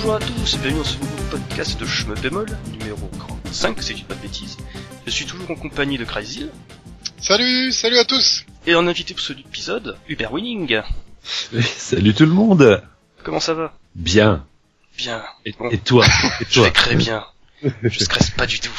Bonjour à tous, bienvenue dans ce nouveau podcast de Shmup Bémol, numéro 5, si je dis pas de bêtises. Je suis toujours en compagnie de Cryzil. Salut à tous. Et en invité pour cet épisode, Hubert Winning. Salut tout le monde. Comment ça va? Bien. Bien. Et toi? Je vais très bien. Je stresse pas du tout.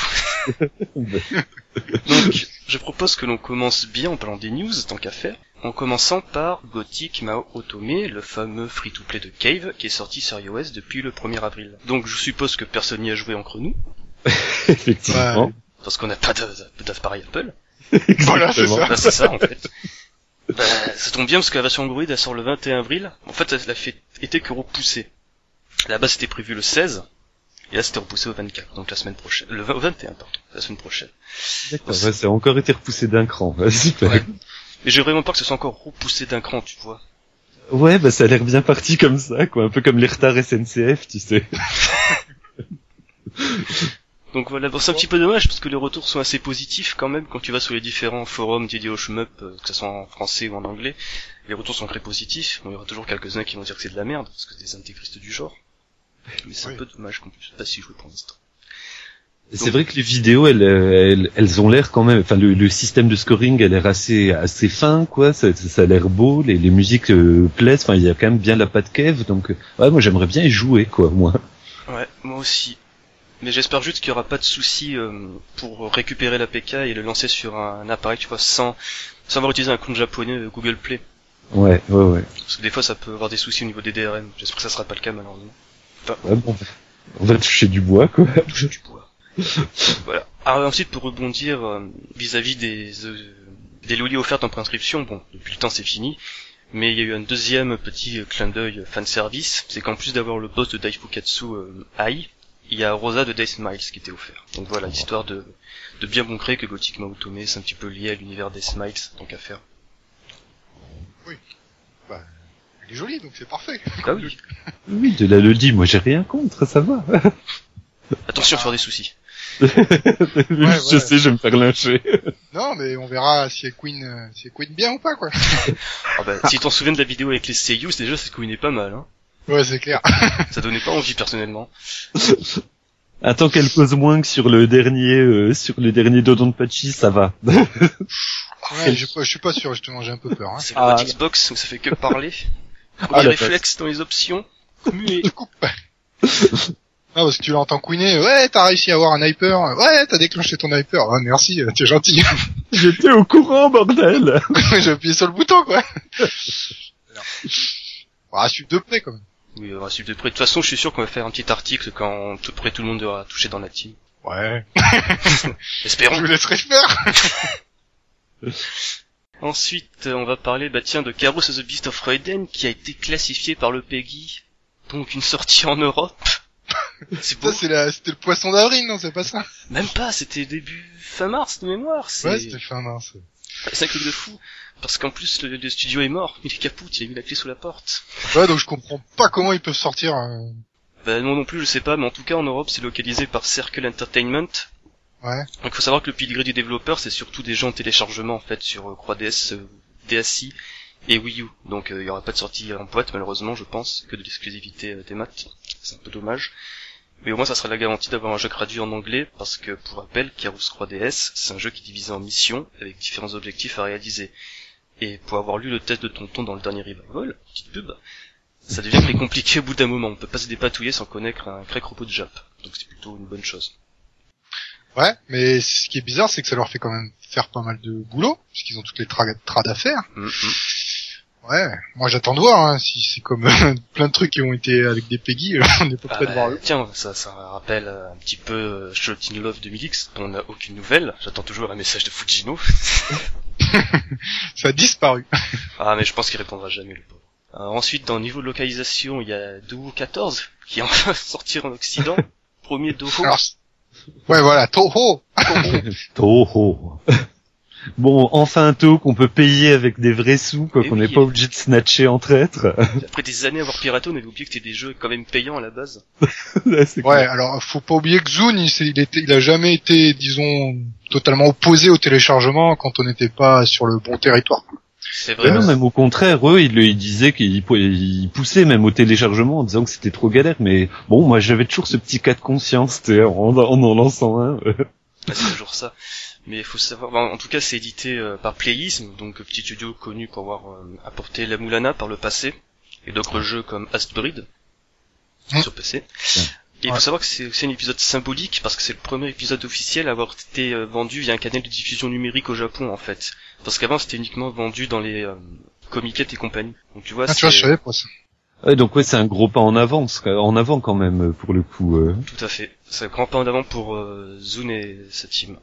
Donc, je propose que l'on commence bien en parlant des news, tant qu'à faire, en commençant par Gothic Mao Otome, le fameux free-to-play de Cave, qui est sorti sur iOS depuis le 1er avril. Donc, je suppose que personne n'y a joué entre nous. Effectivement. Ouais. Parce qu'on n'a pas d'appareil Apple. Voilà, c'est ça. Bah, c'est ça, en fait. Bah, ça tombe bien parce que la version Android, elle sort le 21 avril. En fait, elle a été que repoussée. Là-bas, c'était prévu le 16. Et là, c'était repoussé au 24, donc la semaine prochaine. Au 21, pardon, la semaine prochaine. D'accord, ouais, ça a encore été repoussé d'un cran. Ouais, super. Ouais. Mais j'ai vraiment peur que ce soit encore repoussé d'un cran, tu vois. Ouais, bah ça a l'air bien parti comme ça, quoi. Un peu comme les retards SNCF, tu sais. Donc voilà, bon, c'est un petit peu dommage parce que les retours sont assez positifs quand même quand tu vas sur les différents forums dédiés au shmup, que ce soit en français ou en anglais. Les retours sont très positifs. Bon, il y aura toujours quelques-uns qui vont dire que c'est de la merde parce que c'est des intégristes du genre. Mais c'est un peu dommage qu'on puisse pas s'y jouer pour l'instant. C'est vrai que les vidéos, elles ont l'air quand même, enfin le système de scoring a l'air assez fin, quoi. Ça a l'air beau, les musiques plaisent. Enfin, il y a quand même bien la patte Cave, donc ouais, moi j'aimerais bien y jouer, quoi, moi. Ouais, moi aussi. Mais j'espère juste qu'il y aura pas de souci pour récupérer l'APK et le lancer sur un appareil, tu vois, sans avoir utilisé un compte japonais Google Play. Ouais. Parce que des fois ça peut avoir des soucis au niveau des DRM. J'espère que ça sera pas le cas malheureusement. Enfin, ouais, bon, on va toucher du bois, quoi. Toucher du bois. Voilà. Alors ensuite, pour rebondir vis-à-vis des lolis offertes en préinscription, bon, depuis le temps c'est fini, mais il y a eu un deuxième petit clin d'œil fanservice, c'est qu'en plus d'avoir le boss de Daifukatsu Ai, il y a Rosa de Death Smiles qui était offert. Donc voilà, histoire de bien montrer que Gothic Mao Otome c'est un petit peu lié à l'univers Death Smiles, tant qu'à faire. Oui. Bah, elle est jolie, donc c'est parfait. Ah oui. Oui, de la Lodi, moi j'ai rien contre, ça va. Attention à faire des soucis. Je sais, je vais me faire lyncher. Non, mais on verra si elle queen bien ou pas, quoi. Ah bah, si t'en souviens de la vidéo avec les seiyuu, déjà ça queenait pas mal, hein. Ouais, c'est clair. Ça donnait pas envie personnellement. Attends qu'elle pose moins que sur le dernier Dodonpachi, ça va. Ouais, je suis pas sûr, justement, j'ai un peu peur, hein. C'est le mode Xbox où ça fait que parler. Les réflexes dans les options. Muet. Ah, parce que tu l'entends couiner, ouais, t'as réussi à avoir un hyper, ouais, t'as déclenché ton hyper, ah, merci, t'es gentil. J'étais au courant, bordel. J'ai appuyé sur le bouton, quoi. On va suivre de près, quand même. Oui, on va suivre de près. De toute façon, je suis sûr qu'on va faire un petit article quand tout près tout le monde aura touché dans la team. Ouais. Espérons. Je vous laisserai faire. Ensuite, on va parler, de Garou the Beast of Raiden, qui a été classifié par le PEGI. Donc une sortie en Europe. C'est beau. Ça, c'était le poisson d'avril, non, c'est pas ça? Même pas, c'était début fin mars de mémoire. Ouais, c'était fin mars. C'est un truc de fou. Parce qu'en plus, le studio est mort. Il est capoute, il a mis la clé sous la porte. Ouais, donc je comprends pas comment ils peuvent sortir. Bah, moi non plus, je sais pas, mais en tout cas, en Europe, c'est localisé par Circle Entertainment. Ouais. Donc, faut savoir que le pedigree du développeur, c'est surtout des gens en téléchargement, en fait, sur 3DS, DSi et Wii U. Donc, il y aura pas de sortie en boîte, malheureusement, je pense, que de l'exclusivité des maths. C'est un peu dommage. Mais au moins, ça sera la garantie d'avoir un jeu traduit en anglais, parce que, pour rappel, Garous 3DS, c'est un jeu qui est divisé en missions, avec différents objectifs à réaliser. Et pour avoir lu le test de Tonton dans le dernier revival, petite pub, ça devient très compliqué au bout d'un moment. On peut pas se dépatouiller sans connaître un grec repos de Jap. Donc c'est plutôt une bonne chose. Ouais, mais ce qui est bizarre, c'est que ça leur fait quand même faire pas mal de boulot, puisqu'ils ont toutes les trades à faire. Ouais, moi j'attends de voir, hein, si c'est comme plein de trucs qui ont été avec des PEGI, on n'est pas prêt de voir le. Tiens, ça rappelle un petit peu Shot in Love 2000X, dont on n'a aucune nouvelle. J'attends toujours un message de Fujino. Ça a disparu. Ah, mais je pense qu'il répondra jamais, le pauvre. Ensuite, dans le niveau de localisation, il y a Doho 14, qui est enfin sortir en Occident. Premier Doho. Alors, ouais, voilà, Toho. Toho. Bon, enfin un taux qu'on peut payer avec des vrais sous, quoi, qu'on n'est pas obligé de snatcher en traître. Après des années à avoir piraté, on avait oublié que c'était des jeux quand même payants à la base. Ouais, alors faut pas oublier que Zune, il a jamais été, disons, totalement opposé au téléchargement quand on n'était pas sur le bon territoire. C'est vrai. Non, même au contraire, eux, ils disaient qu'ils poussaient même au téléchargement en disant que c'était trop galère, mais bon, moi j'avais toujours ce petit cas de conscience, en lançant un. C'est toujours ça. Mais il faut savoir, en tout cas c'est édité par Playism, donc petit studio connu pour avoir apporté la Moulana par le passé, et d'autres jeux comme Astbreed sur PC. Et il faut savoir que c'est aussi un épisode symbolique parce que c'est le premier épisode officiel à avoir été vendu via un canal de diffusion numérique au Japon en fait. Parce qu'avant c'était uniquement vendu dans les comiquettes et compagnie. Donc tu vois, je savais pas ça. Ouais, donc c'est un gros pas en avant quand même pour le coup. Tout à fait. C'est un grand pas en avant pour Zune et sa team.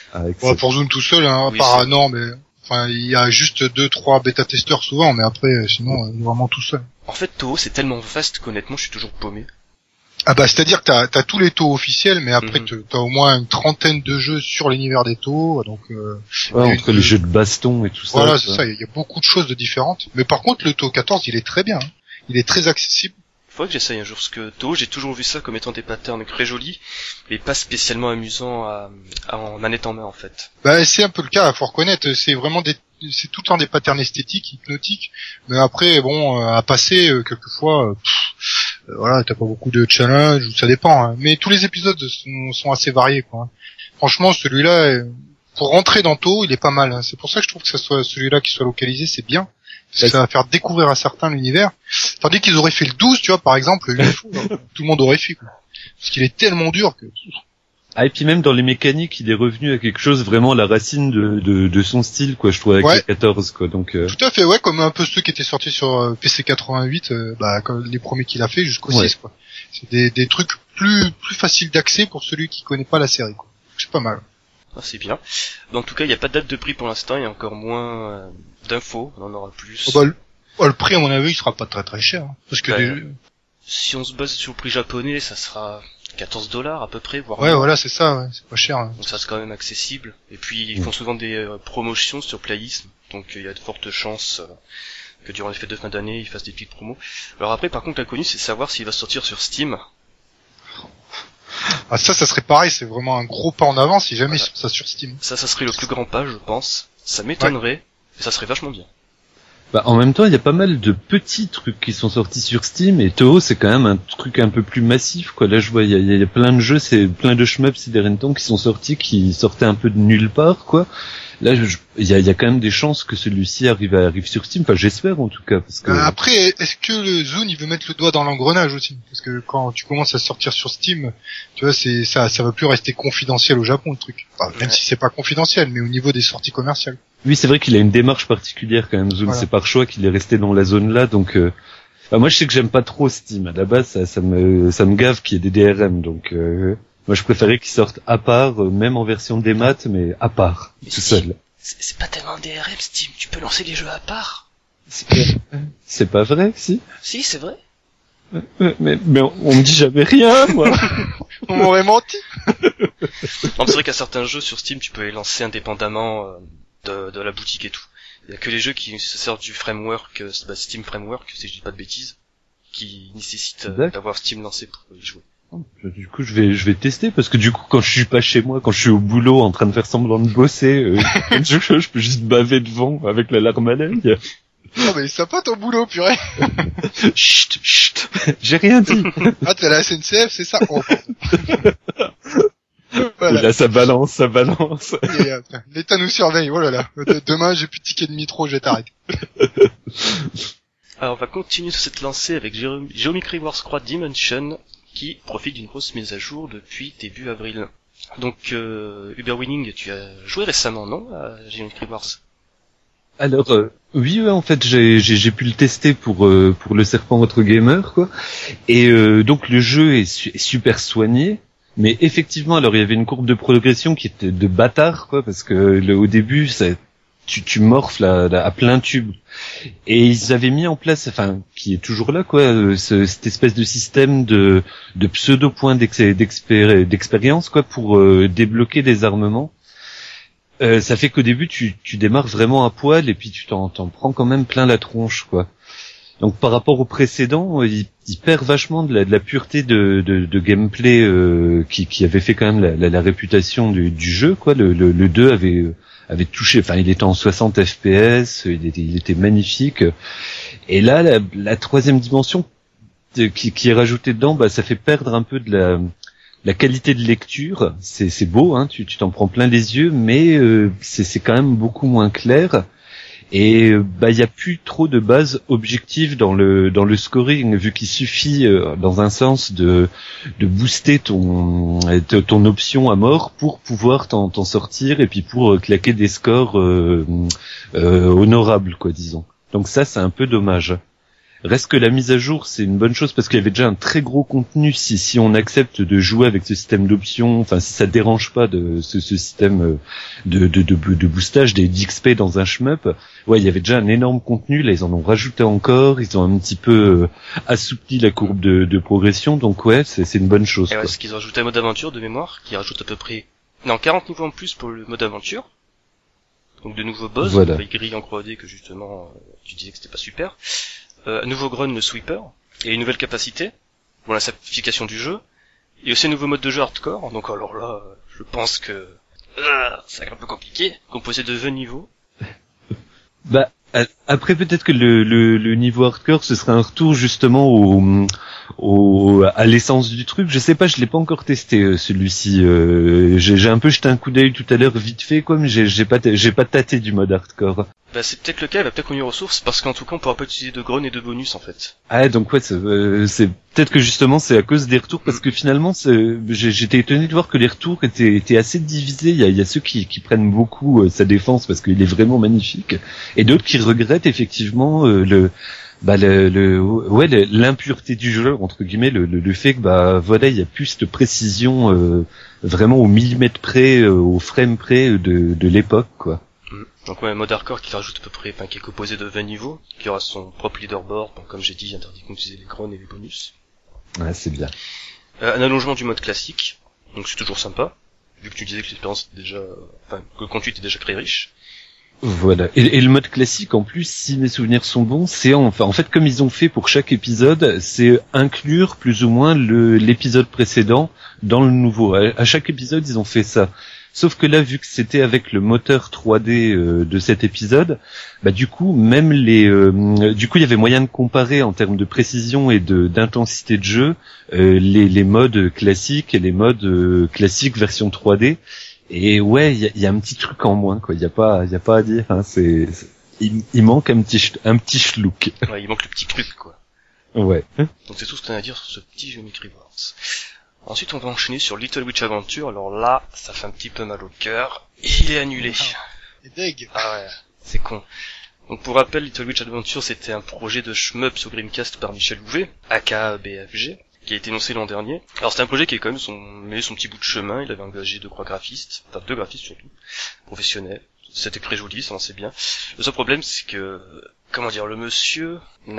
Pour Zune tout seul, hein, oui, par un an, mais enfin il y a juste 2-3 bêta-testeurs souvent, mais après sinon il est vraiment tout seul. En fait Toho c'est tellement vaste qu'honnêtement je suis toujours paumé. Ah bah c'est-à-dire que t'as tous les Toho officiels, mais après t'as au moins une trentaine de jeux sur l'univers des Toho, donc entre les jeux de baston et tout ça. Voilà, c'est ça, il y a beaucoup de choses de différentes. Mais par contre le Toho 14 il est très bien, hein. Il est très accessible. Faudrait que j'essaye un jour, parce que Toho, j'ai toujours vu ça comme étant des patterns très jolis, mais pas spécialement amusants en manette en main, en fait. Bah, c'est un peu le cas, faut reconnaître, c'est vraiment c'est tout le temps des patterns esthétiques, hypnotiques, mais après, bon, à passer, quelquefois, voilà, t'as pas beaucoup de challenge, ça dépend, hein. Mais tous les épisodes sont assez variés, quoi. Franchement, celui-là, pour rentrer dans Toho, il est pas mal, hein. C'est pour ça que je trouve que ça soit celui-là qui soit localisé, c'est bien. Ça va faire découvrir à certains l'univers. Tandis qu'ils auraient fait le 12, tu vois, par exemple, tout le monde aurait fui, quoi. Parce qu'il est tellement dur que... Ah, et puis même dans les mécaniques, il est revenu à quelque chose vraiment la racine de son style, quoi, je trouve, avec le 14, quoi, donc... Tout à fait, ouais, comme un peu ceux qui étaient sortis sur PC 88, comme les premiers qu'il a fait jusqu'au 6, quoi. C'est des trucs plus faciles d'accès pour celui qui connaît pas la série, quoi. C'est pas mal. Ah, c'est bien. En tout cas, il n'y a pas de date de prix pour l'instant, il y a encore moins d'infos, on en aura plus. Le prix, à mon avis, il sera pas très très cher. Hein, parce que si on se base sur le prix japonais, ça sera $14 à peu près, voire moins. Voilà, c'est ça, ouais, c'est pas cher. Hein. Donc ça c'est quand même accessible. Et puis ils font souvent des promotions sur Playism, donc il y a de fortes chances que durant les fêtes de fin d'année, ils fassent des petites promos. Alors après, par contre, l'inconnu, c'est de savoir s'il va sortir sur Steam. Ah ça serait pareil, c'est vraiment un gros pas en avant si jamais ça sur Steam. Ça serait le plus grand pas, je pense. Ça m'étonnerait, mais ça serait vachement bien. Bah, en même temps, il y a pas mal de petits trucs qui sont sortis sur Steam, et Toho, c'est quand même un truc un peu plus massif, quoi. Là, je vois, il y a plein de jeux, c'est plein de shmups Siderenton qui sont sortis, qui sortaient un peu de nulle part, quoi. Là, il y a quand même des chances que celui-ci arrive sur Steam. Enfin, j'espère, en tout cas, parce que... Après, est-ce que le Zune, il veut mettre le doigt dans l'engrenage aussi? Parce que quand tu commences à sortir sur Steam, tu vois, ça va plus rester confidentiel au Japon, le truc. Enfin, même si c'est pas confidentiel, mais au niveau des sorties commerciales. Oui, c'est vrai qu'il a une démarche particulière, quand même, Zune. Voilà. C'est par choix qu'il est resté dans la zone là, donc, moi, je sais que j'aime pas trop Steam. À la base, ça me gave qu'il y ait des DRM, donc, moi, je préférais qu'ils sortent à part, même en version démat, mais à part, tout seul. C'est pas tellement DRM, Steam. Tu peux lancer les jeux à part. C'est pas vrai, si? Si, c'est vrai. Mais on me dit jamais rien, moi. On m'aurait menti. Non, c'est vrai qu'à certains jeux sur Steam, tu peux les lancer indépendamment de la boutique et tout. Il y a que les jeux qui se servent du framework, Steam Framework, si je dis pas de bêtises, qui nécessitent d'avoir Steam lancé pour y jouer. Du coup, je vais tester, parce que du coup, quand je suis pas chez moi, quand je suis au boulot en train de faire semblant de bosser, je peux juste baver devant avec la larme à l'œil. Non mais c'est sympa ton boulot, purée. Chut, j'ai rien dit. Ah, t'es à la SNCF, c'est ça? Oh. Voilà. Et là, ça balance. L'État nous surveille, oh là là. Demain, j'ai plus de ticket de métro, je vais t'arrêter. Alors, on va continuer sur cette lancée avec Geometry Wars 3 Dimension, qui profite d'une grosse mise à jour depuis début avril. Donc, Uberwinning, tu as joué récemment, non, à Geometry Wars? Alors, oui, en fait, j'ai pu le tester pour le Serpent Retro Gamer, quoi. Et donc, le jeu est super soigné. Mais effectivement, alors il y avait une courbe de progression qui était de bâtard, quoi, parce que au début, tu morfles à plein tube. Et ils avaient mis en place, enfin, qui est toujours là, quoi, cette espèce de système de pseudo points d'expérience, quoi, pour débloquer des armements. Ça fait qu'au début, tu démarres vraiment à poil et puis tu t'en prends quand même plein la tronche, quoi. Donc par rapport au précédent, il perd vachement de la pureté de gameplay qui avait fait quand même la réputation du jeu, quoi. Le 2 avait avait touché. Enfin, il était en 60 FPS, il était magnifique. Et là, la troisième dimension qui est rajoutée dedans, bah, ça fait perdre un peu de la qualité de lecture. C'est beau, hein, tu t'en prends plein les yeux, mais c'est quand même beaucoup moins clair. Et bah il y a plus trop de base objective dans le scoring, vu qu'il suffit dans un sens de booster ton option à mort pour pouvoir t'en sortir et puis pour claquer des scores honorables, quoi, disons. Donc ça, c'est un peu dommage. Reste que la mise à jour, c'est une bonne chose parce qu'il y avait déjà un très gros contenu si on accepte de jouer avec ce système d'options, enfin si ça dérange pas de ce système de boostage des d'XP dans un shmup. Ouais, il y avait déjà un énorme contenu, là ils en ont rajouté encore, ils ont un petit peu assoupli la courbe de progression, donc ouais, c'est une bonne chose. Et ouais, ce qu'ils ont rajouté un mode aventure de mémoire, qui rajoute à peu près 40 niveaux en plus pour le mode aventure. Donc de nouveaux boss, voilà. Avec grille en 3D que justement tu disais que c'était pas super. Un nouveau Grun, le sweeper, et une nouvelle capacité pour la simplification du jeu, et aussi un nouveau mode de jeu hardcore. Donc alors là, je pense que c'est un peu compliqué, composé de 20 niveaux. Bah après peut-être que le niveau hardcore ce serait un retour justement à l'essence du truc. Je sais pas, je l'ai pas encore testé celui-ci. J'ai un peu jeté un coup d'œil tout à l'heure vite fait, quoi, mais j'ai pas tâté du mode hardcore. Bah c'est peut-être le cas, il va peut-être qu'on y ressource, parce qu'en tout cas on pourra pas utiliser de Grun et de bonus en fait. Ah donc ouais, c'est peut-être que justement c'est à cause des retours, parce que finalement j'étais étonné de voir que les retours étaient assez divisés. Il y a ceux qui prennent beaucoup sa défense parce qu'il est vraiment magnifique, et d'autres qui regrettent effectivement l'impureté du jeu, entre guillemets, le fait que bah voilà, il y a plus cette précision vraiment au millimètre près, au frame près de l'époque, quoi. Donc ouais, un mode hardcore qui rajoute à peu près, qui est composé de 20 niveaux, qui aura son propre leaderboard, donc comme j'ai dit, interdit d'utiliser les grunts et les bonus. Ouais, c'est bien. Un allongement du mode classique, donc c'est toujours sympa, vu que tu disais que l'expérience était déjà, que le contenu était déjà très riche. Voilà. Et le mode classique, en plus, si mes souvenirs sont bons, c'est en fait, comme ils ont fait pour chaque épisode, c'est inclure plus ou moins l'épisode précédent dans le nouveau. À chaque épisode, ils ont fait ça. Sauf que là, vu que c'était avec le moteur 3D de cet épisode, bah du coup, même du coup, il y avait moyen de comparer en termes de précision et d'intensité de jeu les modes classiques et les modes classiques version 3D. Et ouais, il y a un petit truc en moins, quoi. Il y a pas à dire. Hein. Il manque un petit schlouk. Ouais, il manque le petit truc, quoi. Ouais. Donc c'est tout ce qu'on a à dire sur ce petit jeu Micry Wars. Ensuite, on va enchaîner sur Little Witch Adventure. Alors là, ça fait un petit peu mal au cœur. Il est annulé. Et deg. Ah ouais, c'est con. Donc pour rappel, Little Witch Adventure, c'était un projet de shmup sur Dreamcast par Michel Louvet, aka BFG, qui a été énoncé l'an dernier. Alors c'était un projet qui a quand même mené son petit bout de chemin. Il avait engagé deux graphistes surtout, professionnels. C'était très joli, ça en sait bien. Le seul problème, c'est que, le monsieur il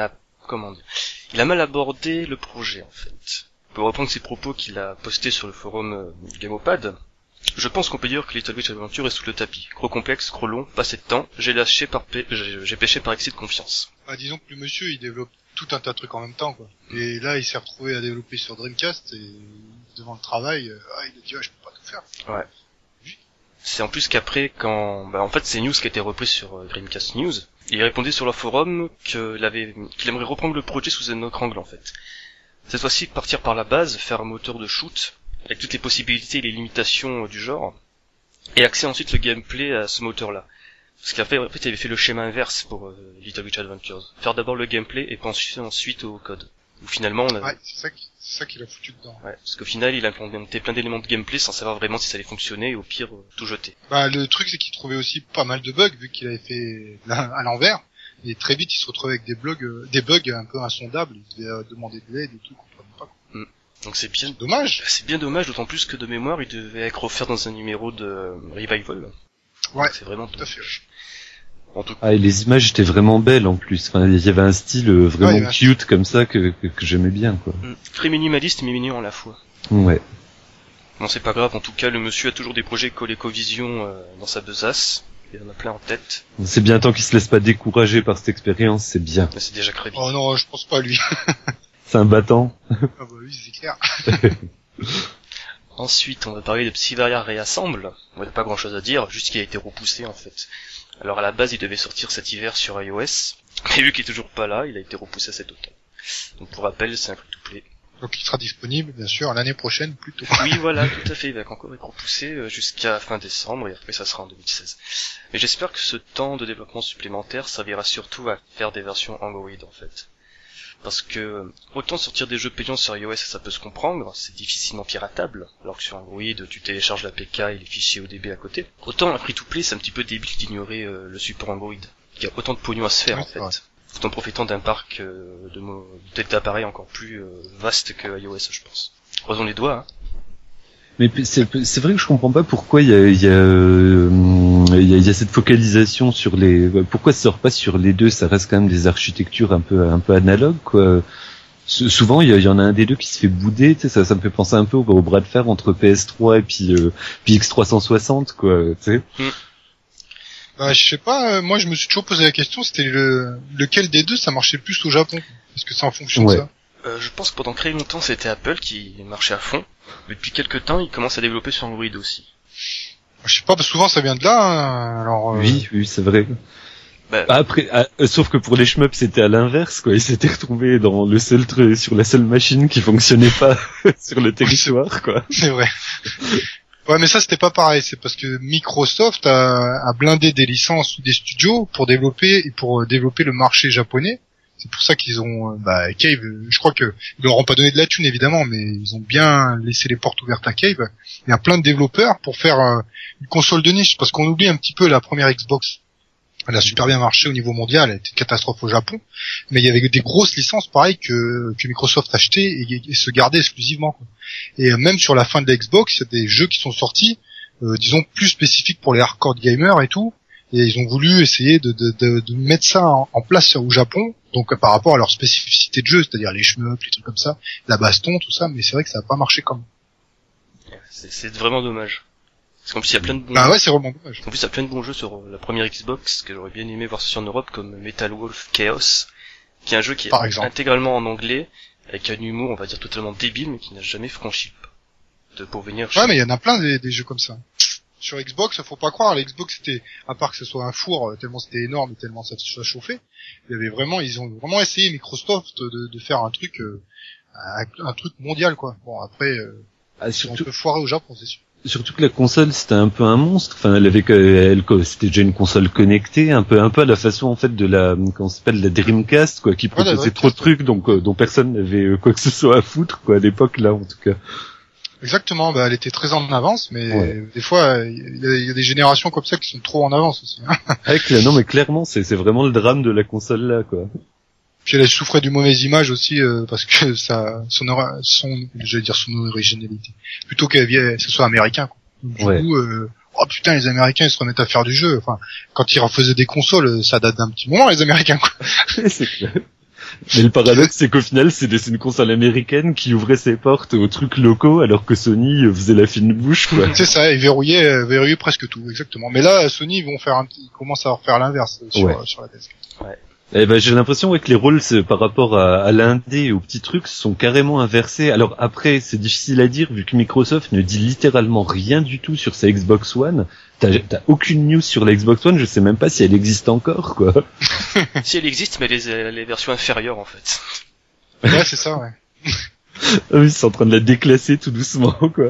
a mal abordé le projet, en fait. Pour reprendre ses propos qu'il a postés sur le forum Gamopad, je pense qu'on peut dire que Little Witch Adventure est sous le tapis. Trop complexe, trop long, pas assez de temps, j'ai pêché par excès de confiance. Bah, disons que le monsieur, il développe tout un tas de trucs en même temps, quoi. Et là, il s'est retrouvé à développer sur Dreamcast, et devant le travail, il a dit, je peux pas tout faire. Ouais. C'est en plus qu'après, en fait, c'est News qui a été repris sur Dreamcast News, et il répondait sur leur forum qu'il aimerait reprendre le projet sous un autre angle, en fait. Cette fois-ci, partir par la base, faire un moteur de shoot, avec toutes les possibilités et les limitations du genre, et axer ensuite le gameplay à ce moteur-là. Parce qu'en fait, il avait fait le schéma inverse pour Little Witch Adventures. Faire d'abord le gameplay et penser ensuite au code. Où finalement on a... Ouais, c'est ça qu'il a foutu dedans. Ouais, parce qu'au final, il a implémenté plein d'éléments de gameplay sans savoir vraiment si ça allait fonctionner et au pire, tout jeter. Bah, le truc, c'est qu'il trouvait aussi pas mal de bugs, vu qu'il avait fait à l'envers. Et très vite, il se retrouvait avec des bugs un peu insondables. Il devait demander de l'aide et tout, comprenait pas, quoi. Donc c'est bien dommage. C'est bien dommage, d'autant plus que de mémoire, il devait être offert dans un numéro de Revival. Ouais. Donc c'est vraiment dommage. Et les images étaient vraiment belles en plus. Enfin, il y avait un style vraiment cute comme ça que j'aimais bien, quoi. Très minimaliste mais mignon à la fois. Ouais. Bon, c'est pas grave. En tout cas, le monsieur a toujours des projets ColecoVision dans sa besace. Il en a plein en tête. C'est bien tant qu'il se laisse pas décourager par cette expérience, c'est bien. Mais c'est déjà crédible. Oh non, je pense pas à lui. C'est un battant. Ah bah oui, c'est clair. Ensuite, on va parler de Psyvaria Reassemble. On n'a pas grand chose à dire, juste qu'il a été repoussé en fait. Alors à la base, il devait sortir cet hiver sur iOS, mais vu qu'il est toujours pas là, il a été repoussé à cet automne. Donc pour rappel, c'est un free-to-play. Donc il sera disponible, bien sûr, l'année prochaine plutôt. Oui, voilà, tout à fait. Il va encore être repoussé jusqu'à fin décembre, et après ça sera en 2016. Mais j'espère que ce temps de développement supplémentaire servira surtout à faire des versions Android en fait. Parce que autant sortir des jeux payants sur iOS, ça peut se comprendre, c'est difficilement piratable, alors que sur Android, tu télécharges l'APK et les fichiers ODB à côté. Autant un free-to-play, c'est un petit peu débile d'ignorer le support Android. Il y a autant de pognon à se faire en fait. Tout en profitant d'un parc d'appareils encore plus vaste que iOS, je pense. Croisons les doigts, hein. Mais c'est vrai que je comprends pas pourquoi il y a cette focalisation sur les, pourquoi ça sort pas sur les deux, ça reste quand même des architectures un peu analogues, quoi. Souvent il y en a un des deux qui se fait bouder, tu sais, ça me fait penser un peu au bras de fer entre PS3 et puis X360, quoi, tu sais. Bah, je sais pas, moi je me suis toujours posé la question, c'était lequel des deux ça marchait le plus au Japon? Est-ce que c'est en fonction de ça? Je pense que pendant très longtemps c'était Apple qui marchait à fond, mais depuis quelques temps ils commencent à développer sur Android aussi. Je sais pas, parce que souvent ça vient de là, hein. Alors. Oui, c'est vrai. Après, sauf que pour les shmups c'était à l'inverse, quoi. Ils s'étaient retrouvés dans le seul truc, sur la seule machine qui fonctionnait pas sur le territoire, quoi. C'est vrai. Ouais, mais ça c'était pas pareil, c'est parce que Microsoft a blindé des licences ou des studios pour développer le marché japonais. C'est pour ça qu'ils ont Cave, je crois que ils leur ont pas donné de la thune évidemment, mais ils ont bien laissé les portes ouvertes à Cave. Il y a plein de développeurs pour faire une console de niche, parce qu'on oublie un petit peu la première Xbox. Elle a super bien marché au niveau mondial, elle était une catastrophe au Japon, mais il y avait des grosses licences pareil que Microsoft achetait et se gardait exclusivement, quoi. Et même sur la fin de la Xbox, il y a des jeux qui sont sortis, disons plus spécifiques pour les hardcore gamers et tout, et ils ont voulu essayer de mettre ça en place au Japon, donc par rapport à leur spécificité de jeu, c'est-à-dire les shmups, les trucs comme ça, la baston, tout ça, mais c'est vrai que ça n'a pas marché comme. C'est vraiment dommage. Parce qu'en plus il y a plein de bons jeux. Ouais, c'est vraiment dommage. En plus il y a plein de bons jeux sur la première Xbox que j'aurais bien aimé voir sortir en Europe, comme Metal Wolf Chaos, qui est un jeu qui est intégralement en anglais, avec un humour on va dire totalement débile, mais qui n'a jamais franchi pour venir. Ouais, mais il y en a plein des jeux comme ça. Sur Xbox, faut pas croire, la Xbox c'était, à part que ce soit un four, tellement c'était énorme et tellement ça chauffait, ils ont vraiment essayé Microsoft de faire un truc mondial, quoi. Bon, après, surtout, on peut foirer au Japon, c'est sûr. Surtout que la console c'était un peu un monstre, enfin c'était déjà une console connectée, un peu à la façon en fait de la, comment ça s'appelle, la Dreamcast, quoi, qui proposait trop de trucs, donc dont personne n'avait quoi que ce soit à foutre, quoi, à l'époque là en tout cas. Exactement, elle était très en avance, mais des fois il y a des générations comme ça qui sont trop en avance aussi. Non mais clairement c'est vraiment le drame de la console là, quoi. Puis elle souffrait d'une mauvaise image aussi, parce que son originalité, plutôt que ce soit américain, quoi. Du coup, oh putain, les Américains ils se remettent à faire du jeu. Enfin, quand ils refaisaient des consoles, ça date d'un petit moment, les Américains, quoi. C'est clair. Mais le paradoxe, c'est qu'au final, c'est une console américaine qui ouvrait ses portes aux trucs locaux, alors que Sony faisait la fine bouche, quoi. C'est ça, ils verrouillaient presque tout, exactement. Mais là, Sony, ils commencent à refaire l'inverse sur la PS4. Ouais. Eh ben, j'ai l'impression que les rôles par rapport à l'indé et aux petits trucs sont carrément inversés. Alors après, c'est difficile à dire vu que Microsoft ne dit littéralement rien du tout sur sa Xbox One. T'as aucune news sur la Xbox One, je sais même pas si elle existe encore, quoi. Si elle existe, mais les versions inférieures en fait. Ouais, c'est ça, ouais. Oui, c'est en train de la déclasser tout doucement, quoi.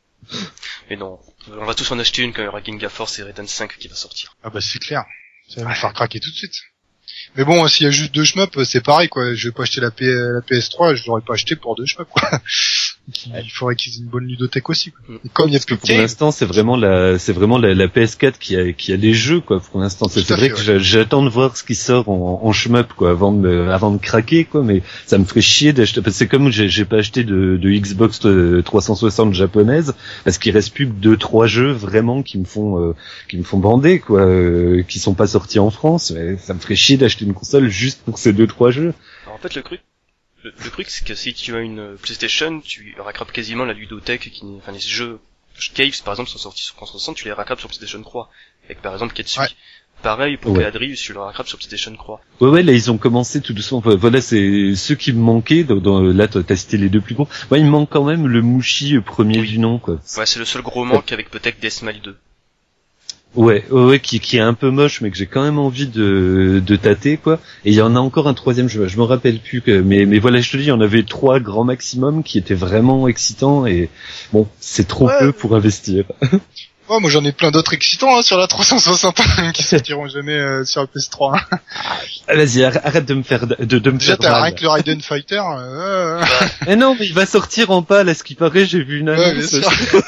Mais non, on va tous en acheter une quand il y aura Ginga Force et Raiden 5 qui va sortir. Ah bah c'est clair, ça va me faire craquer tout de suite. Mais bon, s'il y a juste 2 shmups, c'est pareil, quoi. Je vais pas acheter la PS3, je l'aurais pas acheté pour 2 shmups, quoi. Il faudrait qu'ils aient une bonne ludothèque aussi, quoi. Et comme il y a plus pour l'instant, c'est vraiment la PS4 qui a les jeux, quoi. Pour l'instant, c'est vrai que j'attends de voir ce qui sort en shmup, quoi, avant de craquer, quoi. Mais ça me ferait chier d'acheter, parce que c'est comme j'ai pas acheté de Xbox 360 japonaise, parce qu'il reste plus que 2-3 jeux vraiment qui me font bander, quoi, qui sont pas sortis en France. Mais ça me ferait chier d'acheter une console juste pour ces 2-3 jeux. Alors, en fait, le truc, c'est que si tu as une PlayStation, tu rattrapes quasiment la ludothèque les jeux Caves, par exemple, sont sortis sur 360, tu les rattrapes sur PlayStation 3. Avec, par exemple, Ketsui. pareil pour Galadriel, tu le rattrapes sur PlayStation 3. Ouais, là, ils ont commencé tout doucement. Voilà, c'est ceux qui me manquaient. Là, t'as cité les deux plus gros. Ouais, il me manque quand même le Mushi premier du nom, quoi. Ouais, c'est le seul gros manque avec peut-être Death Smile 2. Ouais, qui est un peu moche, mais que j'ai quand même envie de tâter, quoi. Et il y en a encore un troisième, je me rappelle plus mais voilà, je te dis, il y en avait 3 grands maximum qui étaient vraiment excitants et bon, c'est trop peu pour investir. Ouais, moi j'en ai plein d'autres excitants sur la 360 qui sortiront jamais sur la PS3. Vas-y, arrête de me faire Déjà t'as rien que le Raiden Fighter. Mais non, mais il va sortir en pâle, à ce qui paraît, j'ai vu une annonce. Ouais, bien sûr.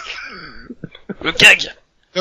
Le gag.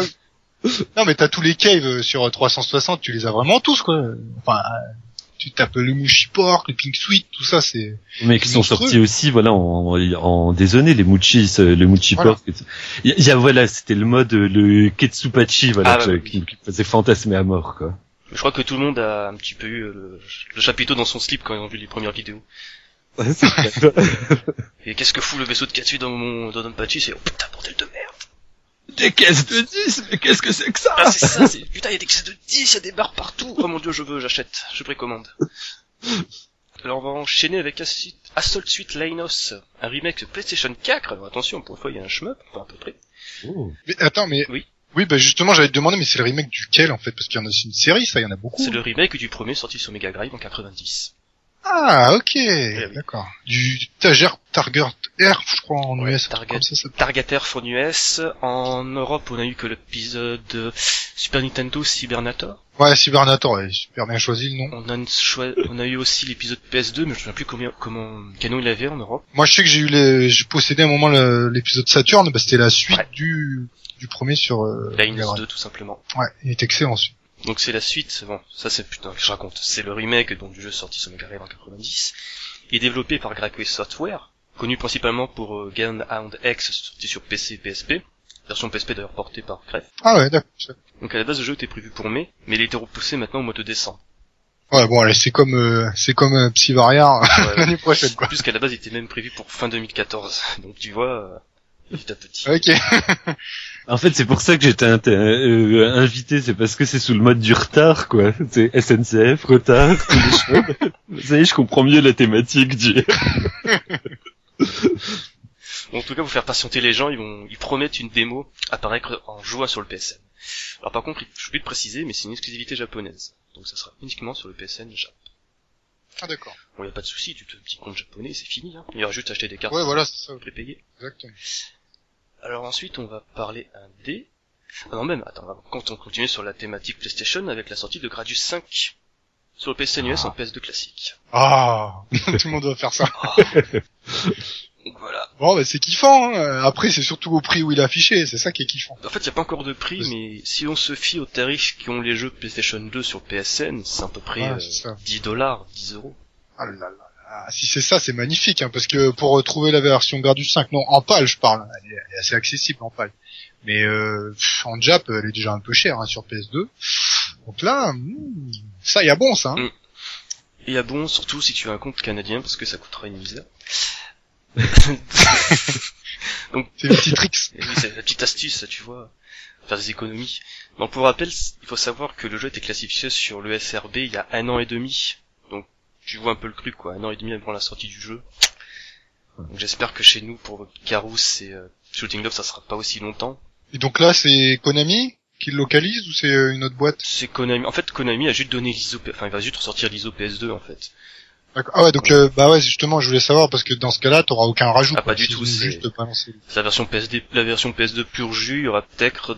Non mais t'as tous les caves sur 360, tu les as vraiment tous quoi. Enfin, tu tapes le Mushi Pork, le Pink Sweet, tout ça c'est. Mais qui sont sortis aussi, voilà, en des années, les Muchis, le Mushi Pork. Il y a voilà, c'était le mode le Ketsupachi, voilà, qui faisait fantasmer à mort quoi. Je crois que tout le monde a un petit peu eu le chapiteau dans son slip quand ils ont vu les premières vidéos. Ouais, c'est vrai. Et qu'est-ce que fout le vaisseau de Katsu dans Donpachi, c'est oh putain bordel de merde. Des caisses de 10, mais qu'est-ce que c'est que ça? Ah, c'est ça, putain, il y a des caisses de 10, il y a des barres partout. Oh mon dieu, j'achète, je précommande. Alors, on va enchaîner avec Assault Suite Lainos, un remake de PlayStation 4. Alors, attention, pour une fois, il y a un shmup, enfin, à peu près. Oh. Mais attends, Oui. Oui, bah, justement, j'allais te demander, mais c'est le remake duquel, en fait? Parce qu'il y en a une série, ça, il y en a beaucoup. C'est le remake du premier sorti sur Mega Drive en 90. Ah, ok, d'accord. Du Target Air, je crois, en US. Target Air en US. En Europe, on a eu que l'épisode Super Nintendo Cybernator. Ouais, Cybernator, ouais, super bien choisi le nom. On a eu aussi l'épisode PS2, mais je ne sais plus quel nom il avait en Europe. Moi, je sais que j'ai possédé à un moment l'épisode Saturn, bah, c'était la suite du premier sur, Lines 2, tout simplement. Ouais, il est excellent, celui. Donc c'est la suite, bon, ça c'est putain que je raconte. C'est le remake donc du jeu sorti sur Mega Drive en 90, et développé par Graphic Software, connu principalement pour Gunhound X sorti sur PC et PSP, version PSP d'ailleurs portée par Graph. Ah ouais, d'accord. Donc à la base le jeu était prévu pour mai, mais il a été repoussé maintenant au mois de décembre. Ouais, bon allez, c'est comme Psy-Variar l'année prochaine quoi. Plus qu'à la base il était même prévu pour fin 2014. Donc tu vois, petit à petit. OK. En fait, c'est pour ça que j'étais invité, c'est parce que c'est sous le mode du retard, quoi. C'est SNCF, retard, tous les choses. Ça y est, je comprends mieux la thématique du... En tout cas, vous faire patienter les gens, ils promettent une démo apparaître en juin sur le PSN. Alors par contre, je peux te préciser, mais c'est une exclusivité japonaise. Donc ça sera uniquement sur le PSN Jap. Ah d'accord. Bon, y a pas de souci, tu te petit compte japonais, c'est fini, hein. Il y aura juste à acheter des cartes. Ouais, voilà, c'est ça. Pour les payer. Exactement. Alors ensuite, on va parler indé. Ah non, même, attends, on va continuer sur la thématique PlayStation avec la sortie de Gradius 5 sur le PSN US en PS2 classique. Ah, tout le monde doit faire ça. Donc voilà. Bon, bah c'est kiffant, hein. Après, c'est surtout au prix où il est affiché, c'est ça qui est kiffant. En fait, il y a pas encore de prix, mais si on se fie aux tarifs qui ont les jeux PlayStation 2 sur PSN, c'est à peu près $10, 10 €. Ah là là. Ah, si c'est ça, c'est magnifique, hein, parce que pour retrouver la version Gradius 5, non, en PAL, je parle, elle est assez accessible en PAL. Mais en Jap, elle est déjà un peu chère, hein, sur PS2. Donc là, ça y a bon, ça. Hein. Et y a bon, surtout si tu as un compte canadien, parce que ça coûtera une misère. Donc, c'est le petit tricks. Oui, c'est la petite astuce, tu vois, faire des économies. Donc pour rappel, il faut savoir que le jeu était classifié sur le SRB il y a 1 an et demi. Donc tu vois un peu le truc, quoi, 1 an et demi avant la sortie du jeu. Donc j'espère que chez nous, pour Garous et Shooting Dog, ça sera pas aussi longtemps. Et donc là, c'est Konami qui le localise ou c'est une autre boîte? C'est Konami. En fait, Konami a juste donné l'ISO, enfin il va juste ressortir l'ISO PS2 en fait. Ah ouais, donc bah ouais, justement, je voulais savoir parce que dans ce cas-là, t'auras aucun rajout. Ah, pas du tout, c'est juste balancer. La version PS2 pur jus, il y aura peut-être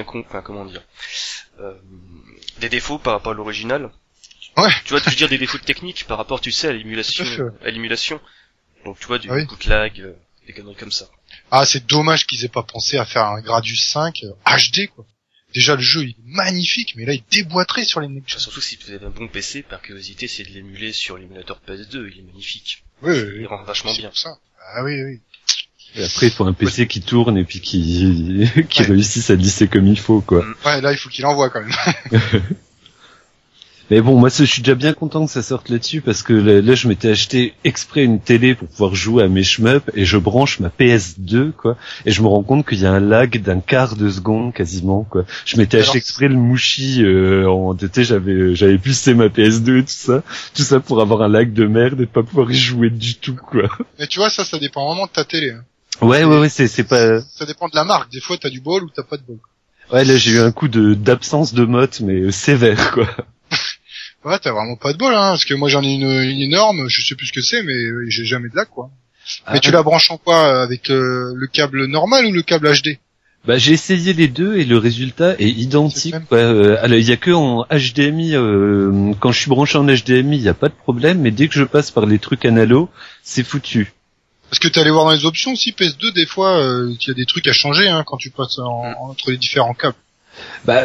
des défauts par rapport à l'original. Ouais. Tu vois, je veux dire des défauts techniques par rapport, tu sais, à l'émulation. Donc tu vois, du bootleg, des conneries comme ça. Ah, c'est dommage qu'ils aient pas pensé à faire un Gradius 5 HD, quoi. Déjà, le jeu, il est magnifique, mais là, il déboîterait sur les necks. Surtout si vous avez un bon PC, par curiosité, c'est de l'émuler sur l'émulateur PS2, il est magnifique. Oui. Il rend vachement bien. Ça. Ah oui. Et après, il faut un PC qui tourne et puis qui réussisse à lisser comme il faut, quoi. Ouais, là, il faut qu'il envoie, quand même. Mais bon, moi, je suis déjà bien content que ça sorte là-dessus parce que là, je m'étais acheté exprès une télé pour pouvoir jouer à mes shmups et je branche ma PS2, quoi. Et je me rends compte qu'il y a un lag d'un quart de seconde quasiment, quoi. Je m'étais acheté exprès le Mushi en TT, j'avais pulsé ma PS2 et tout ça pour avoir un lag de merde et pas pouvoir y jouer du tout, quoi. Mais tu vois, ça dépend vraiment de ta télé. Hein. Ouais, c'est pas... Ça dépend de la marque. Des fois, t'as du bol ou t'as pas de bol. Ouais, là, j'ai eu un coup d'absence de motte, mais sévère, quoi. Ouais, t'as vraiment pas de bol, hein, parce que moi j'en ai une énorme, je sais plus ce que c'est, mais j'ai jamais de lag, quoi. Mais tu la branches en quoi, avec le câble normal ou le câble HD? Bah, j'ai essayé les deux et le résultat est identique, quoi. Alors, il y a que en HDMI, quand je suis branché en HDMI, il y a pas de problème, mais dès que je passe par les trucs analo, c'est foutu. Parce que t'es allé voir dans les options aussi, PS2, des fois, il y a des trucs à changer, hein, quand tu passes entre les différents câbles. Bah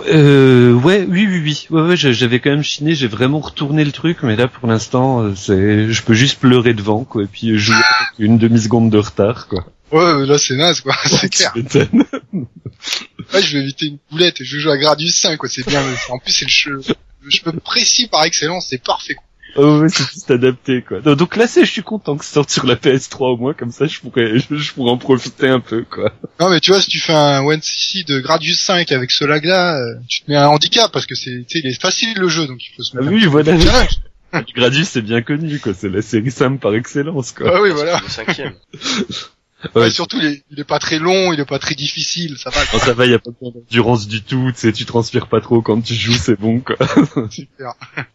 oui. Ouais, j'avais quand même chiné, j'ai vraiment retourné le truc, mais là pour l'instant, je peux juste pleurer devant, quoi, et puis jouer avec une demi-seconde de retard, quoi. Ouais, là c'est naze, quoi, c'est clair. Tu m'étonnes. Ouais, je vais éviter une boulette, je joue à Gradius 5, quoi, c'est bien. En plus c'est le cheveu précis par excellence, c'est parfait, quoi. Oh ouais, c'est juste adapté, quoi. Donc là, je suis content que ça sorte sur la PS3 au moins, comme ça je pourrais en profiter un peu, quoi. Non mais tu vois, si tu fais un One C de Gradius 5 avec ce lag là, tu te mets un handicap parce que il est facile le jeu, donc il faut se mettre. Ah oui, voilà. Gradius c'est bien connu, quoi. C'est la série Sam par excellence, quoi. Ah oui, voilà. Le 5e. Ouais, surtout il est pas très long, il est pas très difficile, ça va. Non, ça va, y a pas besoin d'endurance du tout, tu sais, tu transpires pas trop quand tu joues, c'est bon, quoi. Super.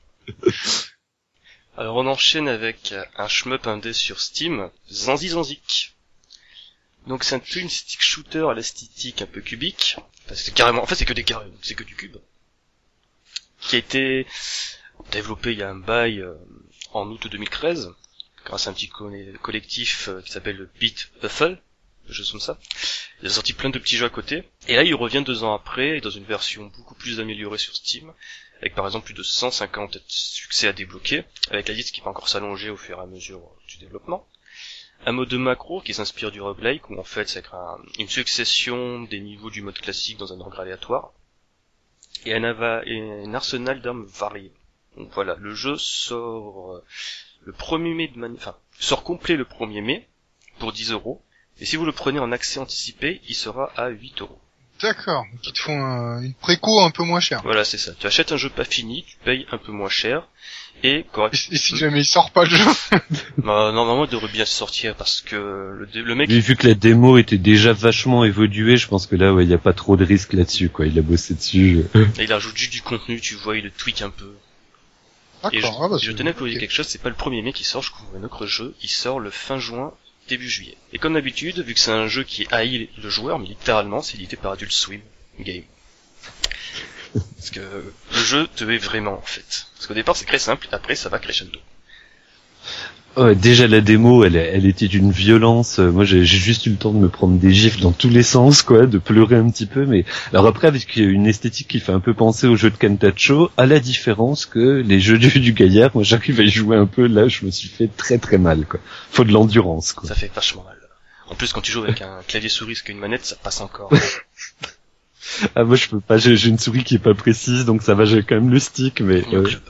Alors on enchaîne avec un shmup indé sur Steam, Zanzi Zanzik. Donc c'est un twin stick shooter à l'esthétique un peu cubique. Enfin, c'est carrément, en fait c'est que des carrés, donc c'est que du cube. Qui a été développé il y a un bail en août 2013, grâce à un petit collectif qui s'appelle le Beat Buffle, des choses comme ça. Il a sorti plein de petits jeux à côté. Et là il revient 2 ans après, dans une version beaucoup plus améliorée sur Steam, avec par exemple plus de 150 succès à débloquer, avec la liste qui va encore s'allonger au fur et à mesure du développement. Un mode de macro qui s'inspire du roguelike, où en fait c'est une succession des niveaux du mode classique dans un ordre aléatoire, et un arsenal d'armes variées. Donc voilà, le jeu sort le 1er mai, sort complet le 1er mai, pour 10€, et si vous le prenez en accès anticipé, il sera à 8€. D'accord, donc ils te font une préco un peu moins chère. Voilà, c'est ça. Tu achètes un jeu pas fini, tu payes un peu moins cher, et si jamais il sort pas le jeu? Bah, normalement, il devrait bien sortir, parce que le mec... Vu que la démo était déjà vachement évoluée, je pense que là, ouais, y a pas trop de risque là-dessus, quoi. Il a bossé dessus. Et il ajoute juste du contenu, tu vois, il le tweak un peu. D'accord, Et je tenais à vous dire quelque chose, c'est pas le 1er mai qui sort, je couvre un autre jeu, il sort le fin juin, début juillet. Et comme d'habitude, vu que c'est un jeu qui haït le joueur, mais littéralement, c'est édité par Adult Swim Game. Parce que le jeu te hait vraiment, en fait. Parce qu'au départ, c'est très simple, après, ça va crescendo. Ouais, déjà la démo, elle était d'une violence. Moi, j'ai juste eu le temps de me prendre des gifles dans tous les sens, quoi, de pleurer un petit peu. Mais alors après, avec une esthétique qui fait un peu penser aux jeux de Kantacho, à la différence que les jeux du gaillard, moi, j'arrive à y jouer un peu. Là, je me suis fait très très mal, quoi. Faut de l'endurance, quoi. Ça fait vachement mal. En plus, quand tu joues avec un clavier souris qu'une manette, ça passe encore. Ah, moi, je peux pas. J'ai une souris qui est pas précise, donc ça va. J'ai quand même le stick, mais.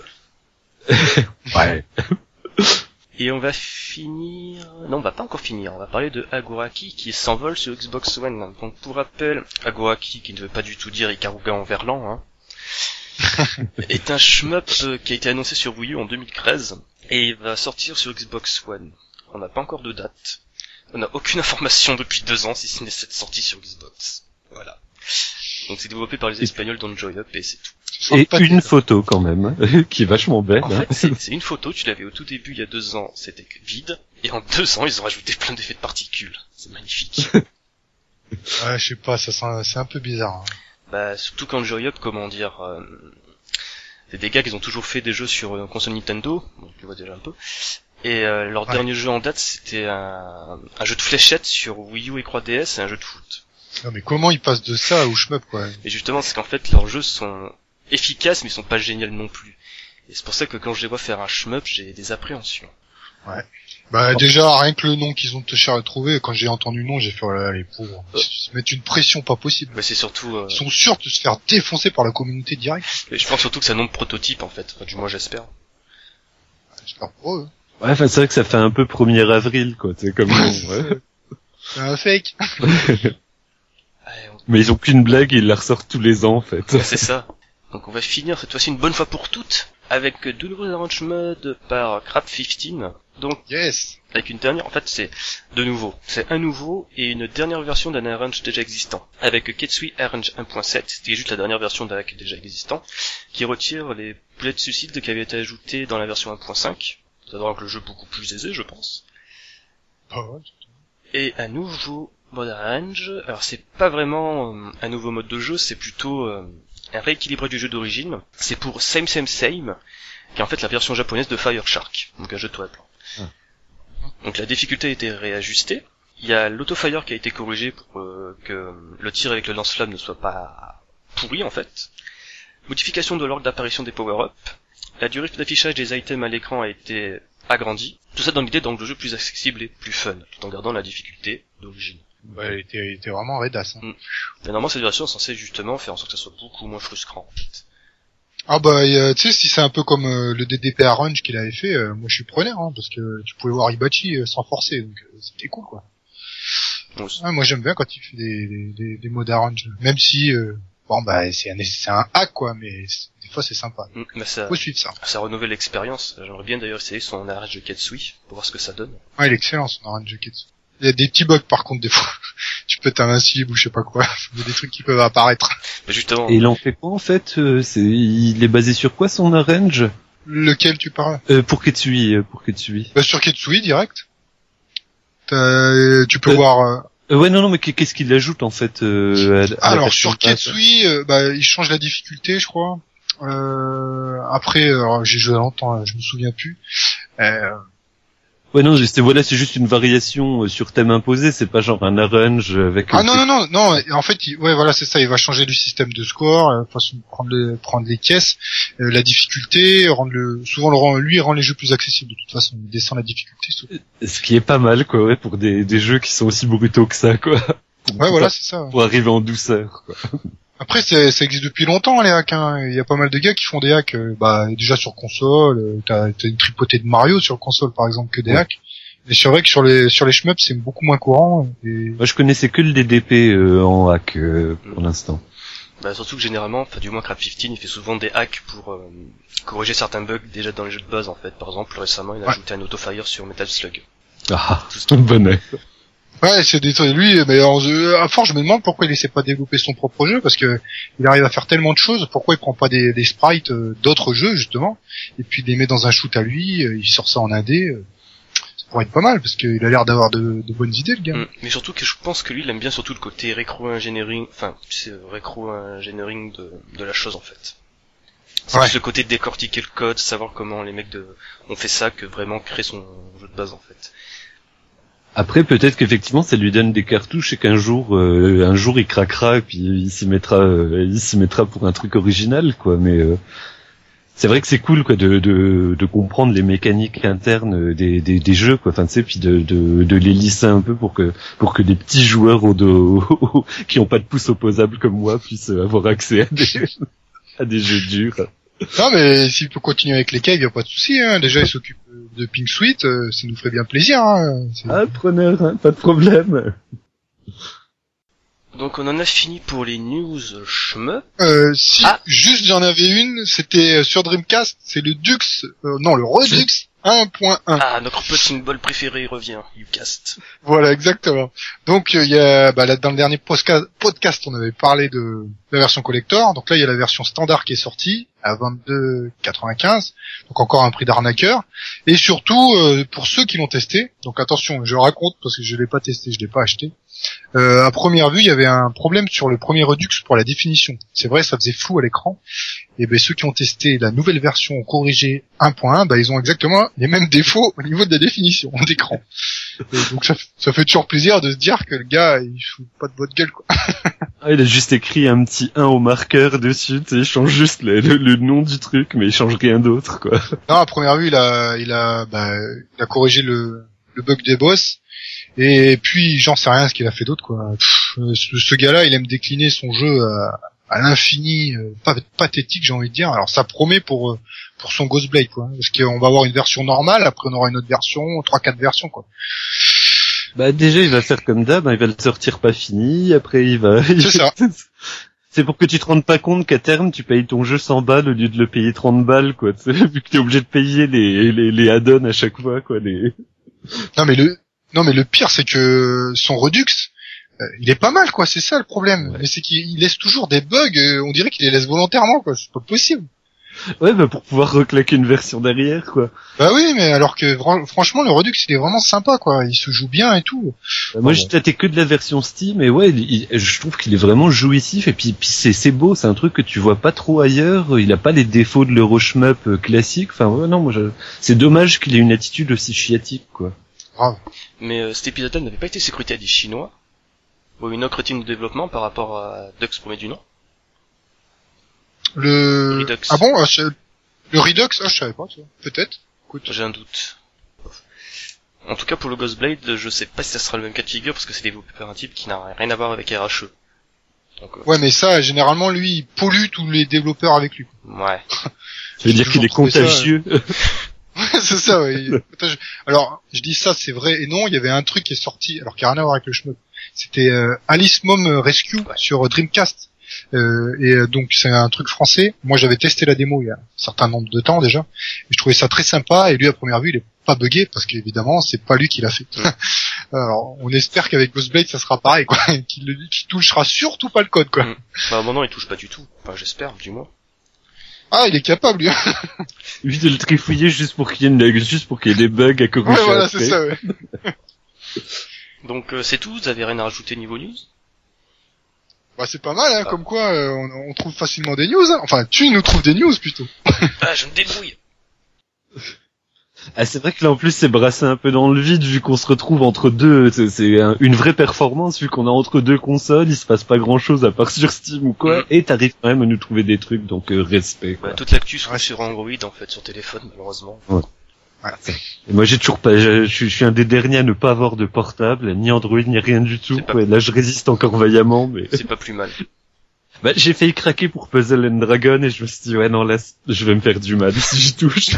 Ouais. Et on va finir... Non, on va pas encore finir. On va parler de Agoraki qui s'envole sur Xbox One. Donc, pour rappel, Agoraki, qui ne veut pas du tout dire Ikaruga en verlan, hein, est un shmup qui a été annoncé sur Wii U en 2013 et il va sortir sur Xbox One. On n'a pas encore de date. On n'a aucune information depuis 2 ans si ce n'est cette sortie sur Xbox. Voilà. Donc, c'est développé par les Espagnols d'Enjoy Up et c'est tout. Et une photo quand même, qui est vachement belle. En fait, c'est une photo, tu l'avais au tout début, il y a 2 ans, c'était vide, et en 2 ans, ils ont rajouté plein d'effets de particules. C'est magnifique. Ouais, je sais pas, c'est un peu bizarre. Hein. Bah, surtout quand Joy Up, comment dire, c'est des gars qui ont toujours fait des jeux sur console Nintendo, donc tu le vois déjà un peu, et leur dernier jeu en date, c'était un jeu de fléchettes sur Wii U et 3DS, et un jeu de foot. Non mais comment ils passent de ça au shmup, quoi? Et justement, c'est qu'en fait, leurs jeux sont efficaces, mais ils sont pas géniaux non plus. Et c'est pour ça que quand je les vois faire un shmup, j'ai des appréhensions. Ouais. Bah déjà rien que le nom qu'ils ont cher à trouver, quand j'ai entendu le nom, j'ai fait oh là là, les pauvres, ils se mettent une pression pas possible. Mais c'est surtout ils sont sûrs de se faire défoncer par la communauté directe. Mais je pense surtout que c'est un nom de prototype en fait, enfin, du moins j'espère. J'espère pour eux. Ouais, enfin c'est vrai que ça fait un peu 1er avril quoi, c'est comme ouais. C'est un fake. Mais ils ont qu'une blague et ils la ressortent tous les ans en fait. Ouais, c'est ça. Donc on va finir cette fois-ci une bonne fois pour toutes avec de nouveaux arrange modes par Crap15. Donc yes. Avec une dernière, en fait c'est de nouveau, c'est un nouveau et une dernière version d'un arrange déjà existant. Avec Ketsui Arrange 1.7, c'était juste la dernière version d'un hack déjà existant, qui retire les boulets de suicide qui avaient été ajoutées dans la version 1.5. Ça doit rendre le jeu beaucoup plus aisé, je pense. Ah ouais. Et un nouveau mode arrange. Alors c'est pas vraiment un nouveau mode de jeu, c'est plutôt un rééquilibrage du jeu d'origine. C'est pour Same Same Same, qui est en fait la version japonaise de Fire Shark, donc un jeu de toit plan. Donc la difficulté a été réajustée. Il y a l'autofire qui a été corrigé pour que le tir avec le lance-flamme ne soit pas pourri en fait. Modification de l'ordre d'apparition des power-up. La durée d'affichage des items à l'écran a été agrandie. Tout ça dans l'idée de rendre le jeu plus accessible et plus fun, tout en gardant la difficulté d'origine. Ouais, elle était vraiment raidasse. Hein. Mais normalement cette version est censée justement faire en sorte que ça soit beaucoup moins frustrant en fait. Ah bah tu sais si c'est un peu comme le DDP Arrange qu'il avait fait, moi je suis preneur hein, parce que tu pouvais voir Hibachi sans forcer donc c'était cool quoi. Ouais, moi j'aime bien quand il fait des modes Arrange, même si bon bah c'est un hack quoi, mais des fois c'est sympa. Mais ça, faut suivre ça. Ça renouvelle l'expérience. J'aimerais bien d'ailleurs essayer son Arrange de Ketsui pour voir ce que ça donne. Ouais, il est excellent son Arrange de Ketsui. Il y a des petits bugs par contre des fois. Tu peux être invincible ou je sais pas quoi. Il y a des trucs qui peuvent apparaître. Mais justement. Et il en fait quoi en fait il est basé sur quoi son arrange? Lequel tu parles? Pour Ketsui. Bah sur Ketsui direct. Tu peux voir. Ouais non mais qu'est-ce qu'il ajoute en fait alors sur Ketsui, il change la difficulté je crois. Après j'ai joué longtemps, je me souviens plus. Ouais non, c'est juste une variation sur thème imposé, c'est pas genre un arrange avec. Ah non, en fait, voilà, c'est ça, il va changer du système de score, façon de prendre les caisses, la difficulté, lui rend les jeux plus accessibles de toute façon, il descend la difficulté. Ce qui est pas mal quoi, ouais, pour des jeux qui sont aussi brutaux que ça quoi. Voilà, c'est ça. Pour arriver en douceur quoi. Après, ça existe depuis longtemps les hacks. Hein. Il y a pas mal de gars qui font des hacks. Déjà sur console, t'as une tripotée de Mario sur console par exemple que des hacks. Mais c'est vrai que sur les shmups c'est beaucoup moins courant. Et... Moi, je connaissais que le DDP en hack pour l'instant. Bah surtout que généralement, enfin du moins Crap15, il fait souvent des hacks pour corriger certains bugs déjà dans les jeux de base en fait. Par exemple, récemment, il a ajouté un autofire sur Metal Slug. Ah, tout le bonheur. Ouais, c'est des trucs, lui, mais à force, je me demande pourquoi il essaie pas de développer son propre jeu, parce que il arrive à faire tellement de choses, pourquoi il prend pas des sprites d'autres jeux, justement, et puis il les met dans un shoot à lui, il sort ça en indé, ça pourrait être pas mal, parce qu'il a l'air d'avoir de bonnes idées, le gars. Mais surtout que je pense que lui, il aime bien surtout le côté rétro-engineering, rétro-engineering de la chose, en fait. C'est plus le côté de décortiquer le code, savoir comment les mecs ont fait ça, que vraiment créer son jeu de base, en fait. Après, peut-être qu'effectivement, ça lui donne des cartouches et qu'un jour, il craquera et puis il s'y mettra pour un truc original, quoi. Mais c'est vrai que c'est cool, quoi, de comprendre les mécaniques internes des jeux, quoi. Enfin, tu sais, puis de les lisser un peu pour que des petits joueurs qui ont pas de pouce opposable comme moi puissent avoir accès à des jeux durs. Non, mais s'il peut continuer avec les caves, y a pas de souci, hein. Déjà, il s'occupe de Pink Sweet, ça nous ferait bien plaisir, hein. Preneur, hein, pas de problème. Donc, on en a fini pour les news shmup. Juste j'en avais une, c'était sur Dreamcast, c'est le le Redux 1.1. Ah, notre petit symbole préféré revient, Ucast. Voilà, exactement. Donc il y a là, dans le dernier podcast, on avait parlé de la version collector. Donc là, il y a la version standard qui est sortie à 22,95. Donc encore un prix d'arnaqueur. Et surtout pour ceux qui l'ont testé. Donc attention, je raconte parce que je l'ai pas testé, je l'ai pas acheté. À première vue, il y avait un problème sur le premier Redux pour la définition. C'est vrai, ça faisait flou à l'écran. Et ceux qui ont testé la nouvelle version corrigée 1.1, ils ont exactement les mêmes défauts au niveau de la définition d'écran. Et donc ça fait toujours plaisir de se dire que le gars, il fout pas de bonne gueule, quoi. Ah, il a juste écrit un petit 1 au marqueur dessus, tu sais, il change juste le nom du truc, mais il change rien d'autre, quoi. Non, à première vue, il a corrigé le bug des boss. Et puis, j'en sais rien ce qu'il a fait d'autre, quoi. Ce gars-là, il aime décliner son jeu à l'infini, pathétique, j'ai envie de dire. Alors, ça promet pour son Ghostblade, quoi. Parce qu'on va avoir une version normale, après on aura une autre version, 3-4 versions, quoi. Bah, déjà, il va faire comme d'hab, hein, il va le sortir pas fini, après C'est ça. C'est pour que tu te rendes pas compte qu'à terme, tu payes ton jeu 100 balles au lieu de le payer 30 balles, quoi, tu sais, vu que t'es obligé de payer les add-ons à chaque fois, quoi, Non, mais le pire, c'est que son Redux, il est pas mal, quoi, c'est ça le problème. Ouais. Mais c'est qu'il laisse toujours des bugs, on dirait qu'il les laisse volontairement, quoi, c'est pas possible. Ouais, bah, pour pouvoir reclaquer une version derrière, quoi. Bah oui, mais alors que franchement, le Redux, il est vraiment sympa, quoi, il se joue bien et tout. Bah, moi, j'ai tâté que de la version Steam, et ouais, je trouve qu'il est vraiment jouissif, et puis c'est beau, c'est un truc que tu vois pas trop ailleurs, il a pas les défauts de l'Euroshmup classique, enfin, ouais, non, c'est dommage qu'il ait une attitude aussi chiatique, quoi. Grave. Mais cet épisode-là n'avait pas été sécurité à des Chinois, ou une autre team de développement par rapport à Dux premier du nom. Redux. Ah bon, le Redux, je savais pas, ça. Peut-être. Écoute. J'ai un doute. En tout cas, pour le Ghostblade, je sais pas si ça sera le même cas de figure, parce que c'est développé par un type qui n'a rien à voir avec RHE. Donc, ouais, mais ça, généralement, lui, il pollue tous les développeurs avec lui. Ouais. Ça veut dire qu'il est contagieux. Ouais, c'est ça, ouais. Alors, je dis ça, c'est vrai et non, il y avait un truc qui est sorti, alors qui a rien à voir avec le shmup. C'était Alice Mom Rescue sur Dreamcast. Donc c'est un truc français. Moi j'avais testé la démo il y a un certain nombre de temps déjà, et je trouvais ça très sympa. Et lui à première vue il est pas buggé parce qu'évidemment c'est pas lui qui l'a fait. Alors on espère qu'avec Ghostblade ça sera pareil, quoi, qu'il touchera surtout pas le code, quoi. Bah non, il touche pas du tout. Enfin j'espère du moins. Ah, il est capable, lui. Lui de le trifouiller juste pour qu'il y ait des bugs à corriger. Ouais, voilà, c'est ça, ouais. Donc c'est tout. Vous avez rien à rajouter niveau news? Bah c'est pas mal, hein, comme quoi on trouve facilement des news, hein. Enfin, tu nous trouves des news plutôt. Ah, je me débrouille. Ah, c'est vrai que là en plus c'est brassé un peu dans le vide vu qu'on se retrouve entre deux, c'est une vraie performance vu qu'on est entre deux consoles, il se passe pas grand chose à part sur Steam ou quoi, et t'arrives quand même à nous trouver des trucs, donc respect, quoi. Bah, toute l'actu se trouve sur Android en fait, sur téléphone malheureusement. Ouais. Et moi j'ai toujours pas, je suis un des derniers à ne pas avoir de portable, ni Android ni rien du tout. Ouais, là je résiste encore vaillamment, mais c'est pas plus mal. Bah j'ai failli craquer pour Puzzle and Dragon et je me suis dit ouais non là je vais me faire du mal si j'y touche.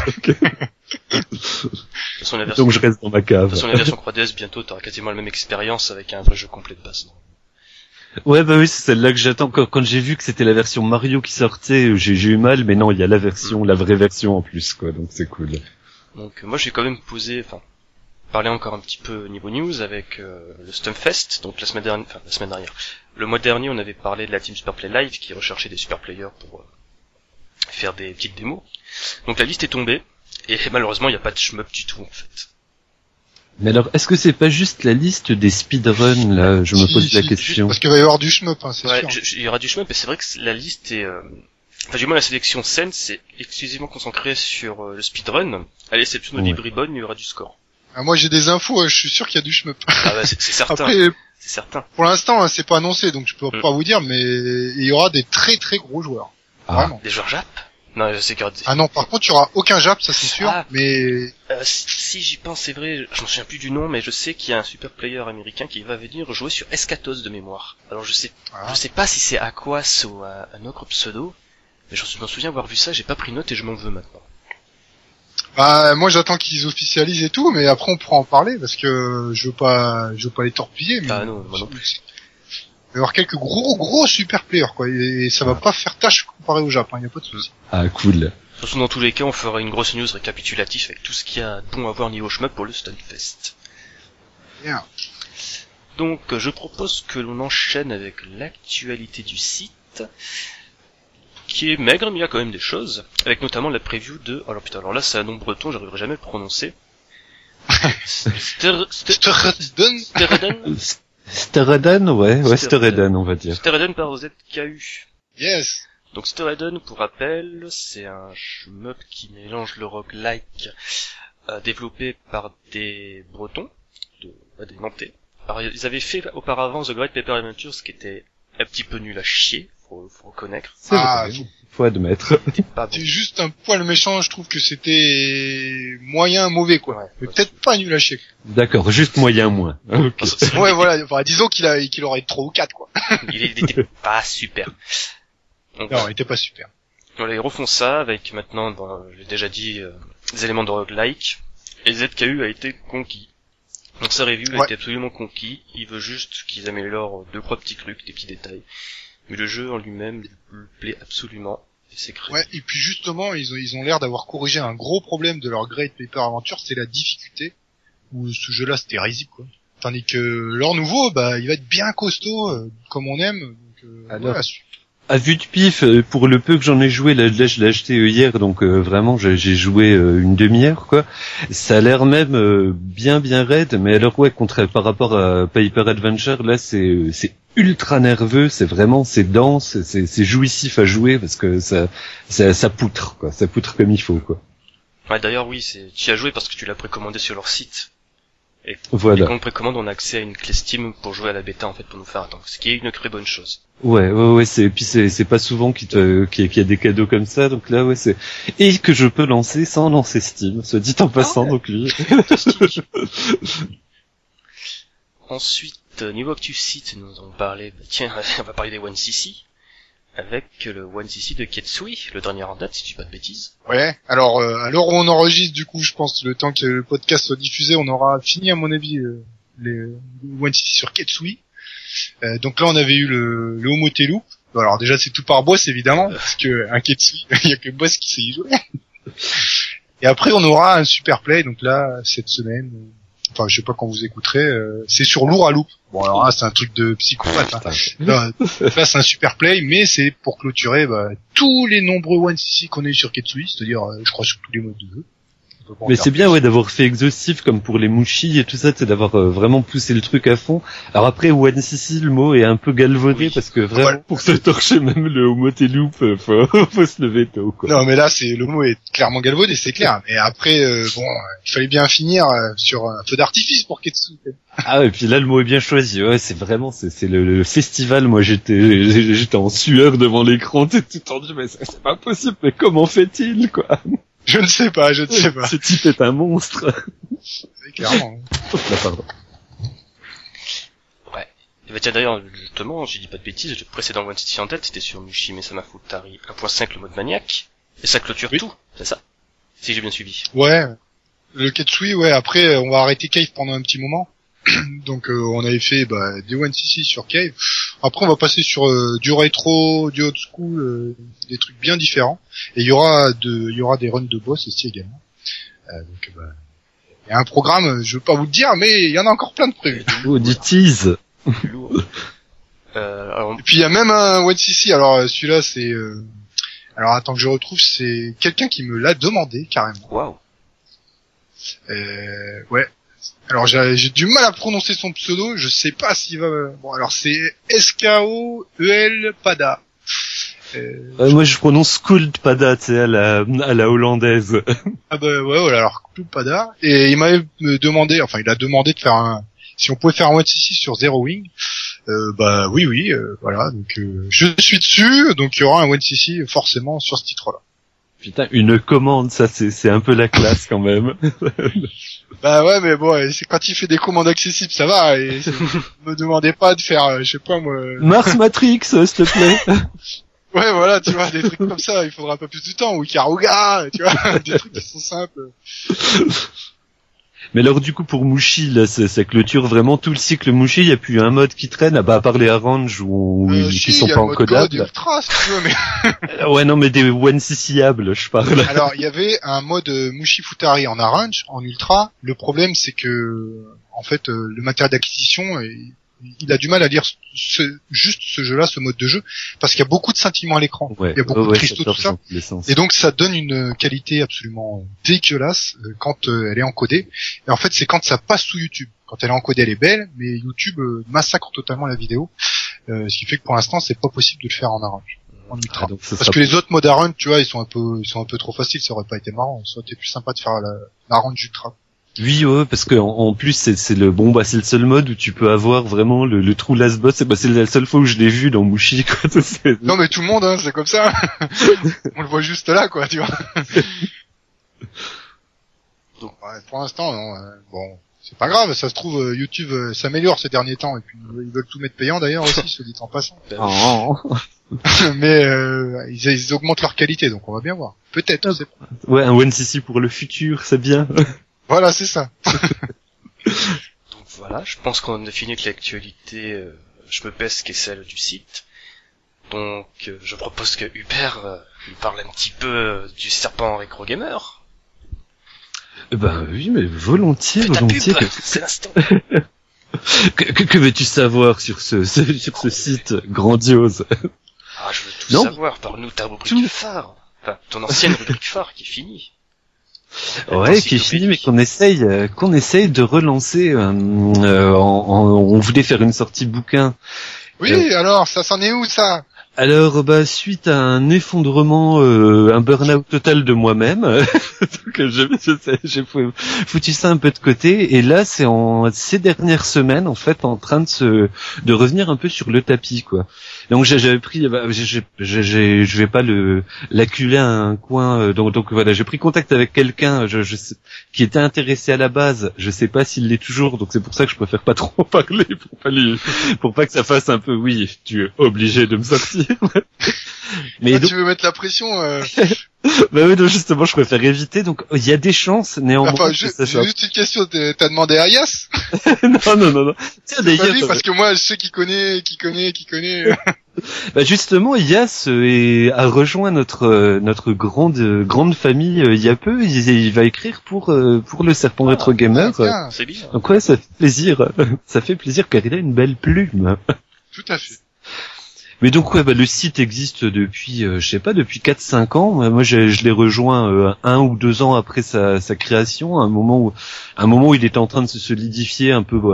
Donc je reste dans ma cave. De toute façon la version 3DS bientôt t'auras quasiment la même expérience avec un vrai jeu complet de base. Ouais bah oui c'est celle-là que j'attends. Quand j'ai vu que c'était la version Mario qui sortait, j'ai eu mal, mais non il y a la vraie version en plus, quoi, donc c'est cool. Donc moi j'ai quand même parler encore un petit peu niveau news avec le Stumfest. Donc la semaine dernière, le mois dernier on avait parlé de la team Superplay Live qui recherchait des super players pour faire des petites démos. Donc la liste est tombée et malheureusement il n'y a pas de shmup du tout en fait. Mais alors est-ce que c'est pas juste la liste des speedruns là, je me pose la question. Parce qu'il va y avoir du shmup, hein, c'est sûr. Il y aura du shmup et c'est vrai que la liste est enfin, du moins la sélection scène, c'est exclusivement concentré sur le speedrun. À l'exception de Libribon, il y aura du score. Ah, moi j'ai des infos, je suis sûr qu'il y a du shmup. Ah bah c'est certain. Après, c'est certain. Pour l'instant, hein, c'est pas annoncé, donc je peux pas vous dire, mais il y aura des très très gros joueurs. Vraiment. Des joueurs Jap? Non, c'est que... Ah non, par contre, il y aura aucun Jap, ça c'est sûr, mais... si j'y pense, c'est vrai, je m'en souviens plus du nom, mais je sais qu'il y a un super player américain qui va venir jouer sur Escatos de mémoire. Alors je sais pas si c'est Aquas ou un autre pseudo, mais je m'en souviens avoir vu ça, j'ai pas pris note et je m'en veux maintenant. Bah, moi j'attends qu'ils officialisent et tout, mais après on pourra en parler, parce que je veux pas les torpiller, mais... Ah non, moi non plus. Il va y avoir quelques gros super players, quoi, et ça va pas faire tâche comparé au Japon, y a pas de souci. Ah, cool. De toute façon, dans tous les cas, on fera une grosse news récapitulative avec tout ce qu'il y a de bon à voir niveau shmup pour le Stunfest. Bien. Donc, je propose que l'on enchaîne avec l'actualité du site, qui est maigre, mais il y a quand même des choses, avec notamment la preview de... alors là, c'est un nom breton, j'arriverai jamais à le prononcer. Stereden, ouais, Stereden, on va dire. Stereden par ZKU. Yes. Donc Stereden, pour rappel, c'est un shmup qui mélange le roguelike développé par des Bretons, des Nantais. Alors ils avaient fait auparavant The Great Paper Adventures, qui était un petit peu nul à chier, faut reconnaître. C'est vrai, faut admettre. C'est juste un poil méchant, je trouve que c'était moyen mauvais, quoi. Ouais, mais peut-être pas nul à chier. D'accord, juste moyen moins. Okay. Ouais, voilà, enfin, disons qu'il aurait 3 ou 4, quoi. Il était pas super. Donc, non, il était pas super. Voilà, ils refont ça avec maintenant, j'ai déjà dit, des éléments de roguelike. Et ZKU a été conquis. Donc sa review a été absolument conquis. Il veut juste qu'ils améliorent 2-3 petits trucs, des petits détails. Mais le jeu en lui-même lui plaît absolument. Et c'est crédible. Ouais, et puis justement, ils ont l'air d'avoir corrigé un gros problème de leur Great Paper Adventure, c'est la difficulté. Où ce jeu-là, c'était risible, quoi. Tandis que leur nouveau, bah, il va être bien costaud, comme on aime. Donc, alors, voilà. à vue de pif, pour le peu que j'en ai joué, là je l'ai acheté hier, donc vraiment j'ai joué une demi-heure, quoi. Ça a l'air même bien raide, mais alors ouais, par rapport à Paper Adventure, là c'est ultra nerveux, c'est dense, c'est jouissif à jouer parce que ça poutre, quoi, ça poutre comme il faut, quoi. Ouais, d'ailleurs oui, tu y as joué parce que tu l'as précommandé sur leur site. Et voilà. quand on précommande, on a accès à une clé Steam pour jouer à la bêta, en fait, pour nous faire attendre. Ce qui est une très bonne chose. Ouais, c'est pas souvent qu'il y a des cadeaux comme ça, donc là, ouais, et que je peux lancer sans lancer Steam, soit dit en passant, donc lui. Ensuite, niveau Actu Site, nous allons parler, on va parler des 1cc. Avec le 1cc de Ketsui, le dernier en date, si je dis pas de bêtises. Ouais, alors à l'heure où on enregistre, du coup, je pense le temps que le podcast soit diffusé, on aura fini, à mon avis, les 1cc sur Ketsui. Donc là, on avait eu le Omotelu. Alors déjà, c'est tout par boss, évidemment, parce que un Ketsui, il y a que le boss qui sait y jouer. Et après, on aura un Super Play, donc là, cette semaine... Enfin, je sais pas quand vous écouterez, c'est sur Lourd à Loup. Bon, alors là, c'est un truc de psychopathe. Hein. Là, c'est un super play, mais c'est pour clôturer tous les nombreux 1cc qu'on a eu sur Ketsui, c'est-à-dire, je crois, sur tous les modes de jeu. Mais c'est bien, ouais, d'avoir fait exhaustif comme pour les Mushi et tout ça, c'est d'avoir vraiment poussé le truc à fond. Alors après, 1cc, le mot est un peu galvaudé parce que vraiment, pour se torcher même le Omotelu, faut se lever tôt, quoi. Non, mais là, le mot est clairement galvaudé, c'est clair. Mais après, il fallait bien finir sur un feu d'artifice pour Ketsui. Ah, et puis là, le mot est bien choisi. Ouais, c'est vraiment, c'est le festival. Moi, j'étais en sueur devant l'écran, tout tendu, mais c'est pas possible. Mais comment fait-il, quoi? Je ne sais pas. Ce type est un monstre. C'est clairement. Là, pardon. Ouais. Et bah tiens, d'ailleurs, justement, j'ai dit pas de bêtises, le précédent 1cc en tête, c'était sur Mushi Mesama Futari 1.5, le mode maniaque. Et ça clôture tout, c'est ça? Si j'ai bien suivi. Ouais. Le Ketsui, ouais, après, on va arrêter Cave pendant un petit moment. Donc, on avait fait, des 1cc sur Cave. Après, on va passer sur du rétro, du old school, des trucs bien différents. Et il y aura des runs de boss aussi également. Donc, il y a un programme, je veux pas vous le dire, mais il y en a encore plein de prévus. Oh, du tease. Et puis il y a même un 1cc. Alors celui-là, c'est. Alors attends que je retrouve, c'est quelqu'un qui me l'a demandé carrément. Waouh. Ouais. Alors j'ai du mal à prononcer son pseudo, je sais pas s'il va... Bon, alors c'est SKOEL Pada. Moi je prononce Skuld Pada, tu sais, à la hollandaise. Ah ouais, voilà, alors Skuld Pada. Et il m'avait demandé, enfin il a demandé de faire si on pouvait faire un 1cc sur Zero Wing. Oui, voilà, donc je suis dessus, donc il y aura un 1cc forcément sur ce titre-là. Putain, une commande, ça c'est un peu la classe quand même. Ouais, mais bon, c'est quand il fait des commandes accessibles, ça va. Et me demandez pas de faire, je sais pas moi. Mars Matrix, s'il te plaît. Ouais, voilà, tu vois, des trucs comme ça, il faudra un peu plus de temps. Ou Ikaruga, tu vois, des trucs qui sont simples. Mais alors du coup pour Mushi, là, ça clôture vraiment tout le cycle Mushi. Il y a plus un mode qui traîne, à part les arranges qui sont pas encodables. Ultra, si tu veux, mais... Ouais, non, mais des 1cc-ables, je parle. Alors il y avait un mode Mushi Futari en arrange, en ultra. Le problème c'est que en fait le matériel d'acquisition, il a du mal à lire juste ce jeu-là, ce mode de jeu, parce qu'il y a beaucoup de scintillements à l'écran. Ouais, il y a beaucoup de cristaux, tout ça. Et donc ça donne une qualité absolument dégueulasse quand elle est encodée. Et en fait, c'est quand ça passe sous YouTube. Quand elle est encodée, elle est belle, mais YouTube massacre totalement la vidéo. Ce qui fait que pour l'instant, c'est pas possible de le faire en arrange. En ultra. Parce que les autres modes arrange, tu vois, ils sont un peu trop faciles, ça aurait pas été marrant. Ça aurait été plus sympa de faire l'arrange ultra. Oui, ouais, parce que en plus c'est le c'est le seul mode où tu peux avoir vraiment le true last boss. C'est la seule fois où je l'ai vu dans Mushi, quoi. Non mais tout le monde, hein, c'est comme ça. On le voit juste là, quoi, tu vois. Donc pour l'instant, non. Bon, c'est pas grave. Ça se trouve, YouTube s'améliore ces derniers temps et puis ils veulent tout mettre payant d'ailleurs aussi, soit dit en passant. Oh. Mais ils augmentent leur qualité, donc on va bien voir. Peut-être. On sait pas. Ouais, un 1cc pour le futur, c'est bien. Voilà, c'est ça. Donc voilà, je pense qu'on a fini avec l'actualité Je me pèse qui est celle du site. Donc je propose que Hubert nous parle un petit peu du serpent rétro gamer. Ben oui, mais volontiers. Pub, c'est l'instant. que veux-tu savoir sur ce site grandiose? Ah, je veux tout savoir. Parle-nous ta rubrique phare. Enfin, ton ancienne rubrique phare qui est finie. Ouais, qui est fini, mais qu'on essaye de relancer. On voulait faire une sortie bouquin. Oui, alors, ça s'en est où, ça? Alors, suite à un effondrement, un burn-out total de moi-même, donc j'ai foutu ça un peu de côté, et là, c'est ces dernières semaines, en fait, en train de revenir un peu sur le tapis, quoi. Donc j'avais pris, je vais pas l'acculer à un coin, donc voilà, j'ai pris contact avec quelqu'un, qui était intéressé à la base. Je sais pas s'il l'est toujours, donc c'est pour ça que je préfère pas trop parler pour pas que ça fasse un peu, oui, tu es obligé de me sortir. Mais donc, tu veux mettre la pression Bah oui, non, justement, je préfère éviter. Donc, il y a des chances, néanmoins. Enfin, juste une question. T'as demandé à Yas? Non. Tiens, d'ailleurs. Parce que moi, je sais qui connaît. Bah justement, Yas a rejoint notre grande famille il y a peu. Il va écrire pour le Serpent Rétro Gamer. C'est bien. Donc ouais, ça fait plaisir. Ça fait plaisir car il a une belle plume. Tout à fait. Mais donc ouais, le site existe depuis depuis 4-5 ans. Moi je l'ai rejoint 1 ou 2 ans après sa création, à un moment où il était en train de se solidifier un peu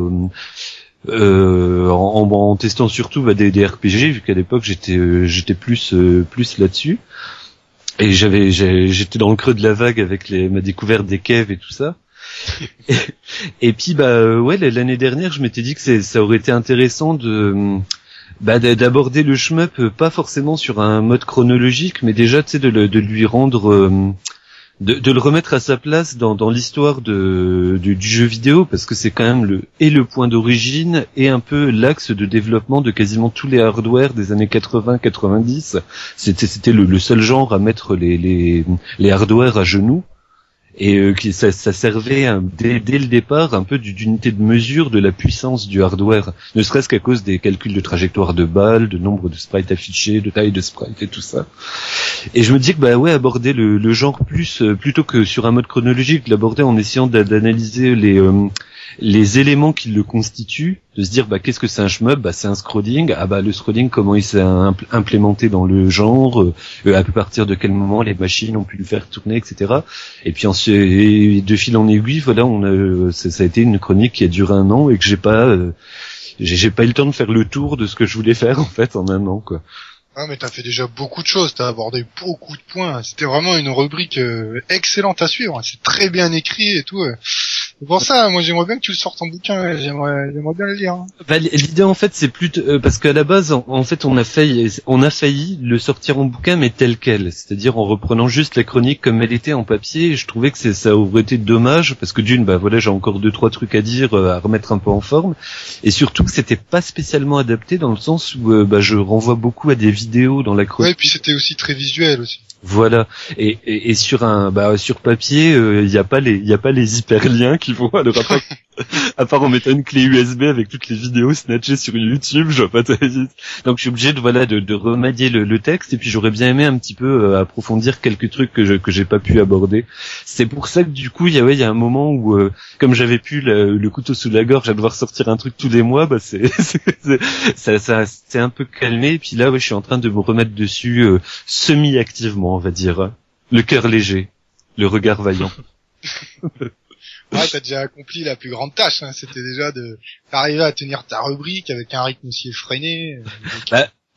en testant surtout des RPG, vu qu'à l'époque j'étais plus là-dessus. Et j'étais dans le creux de la vague avec ma découverte des caves et tout ça. Et puis l'année dernière, je m'étais dit que ça aurait été intéressant d'aborder le shmup, pas forcément sur un mode chronologique, mais déjà de lui rendre de le remettre à sa place dans l'histoire du jeu vidéo, parce que c'est quand même le point d'origine et un peu l'axe de développement de quasiment tous les hardware des années 80-90. C'était le seul genre à mettre les hardware à genoux. Et ça servait dès le départ un peu d'unité de mesure de la puissance du hardware, ne serait-ce qu'à cause des calculs de trajectoire de balles, de nombre de sprites affichés, de taille de sprite et tout ça. Et je me dis que aborder le genre plutôt que sur un mode chronologique, l'aborder en essayant d'analyser les éléments qui le constituent, de se dire qu'est-ce que c'est un shmup, c'est un scrolling, le scrolling, comment il s'est implémenté dans le genre, à partir de quel moment les machines ont pu le faire tourner, etc. Et puis ensuite, de fil en aiguille, voilà, ça a été une chronique qui a duré 1 an et que j'ai pas eu le temps de faire le tour de ce que je voulais faire en fait en 1 an, quoi. Ah, mais t'as fait déjà beaucoup de choses, t'as abordé beaucoup de points. C'était vraiment une rubrique excellente à suivre. C'est très bien écrit et tout. C'est pour ça, moi j'aimerais bien que tu le sortes en bouquin. J'aimerais bien le lire. L'idée en fait c'est plutôt parce qu'à la base en fait on a failli le sortir en bouquin, mais tel quel, c'est-à-dire en reprenant juste la chronique comme elle était en papier. Et je trouvais que ça aurait été dommage parce que j'ai encore 2-3 trucs à dire, à remettre un peu en forme, et surtout que c'était pas spécialement adapté dans le sens où je renvoie beaucoup à des vidéos dans la chronique. Ouais, et puis c'était aussi très visuel aussi. Voilà. Et sur sur papier, il y a pas les hyperliens qui vont à part en mettant une clé USB avec toutes les vidéos snatchées sur YouTube, je vois pas. Donc je suis obligé de remanier le texte, et puis j'aurais bien aimé un petit peu approfondir quelques trucs que j'ai pas pu aborder. C'est pour ça que du coup il y a un moment où comme j'avais pu le couteau sous la gorge à devoir sortir un truc tous les mois, ça s'est un peu calmé, et puis là je suis en train de me remettre dessus semi-activement, on va dire. Le cœur léger, le regard vaillant. Ouais, t'as déjà accompli la plus grande tâche, hein. C'était déjà d'arriver à tenir ta rubrique avec un rythme aussi effréné.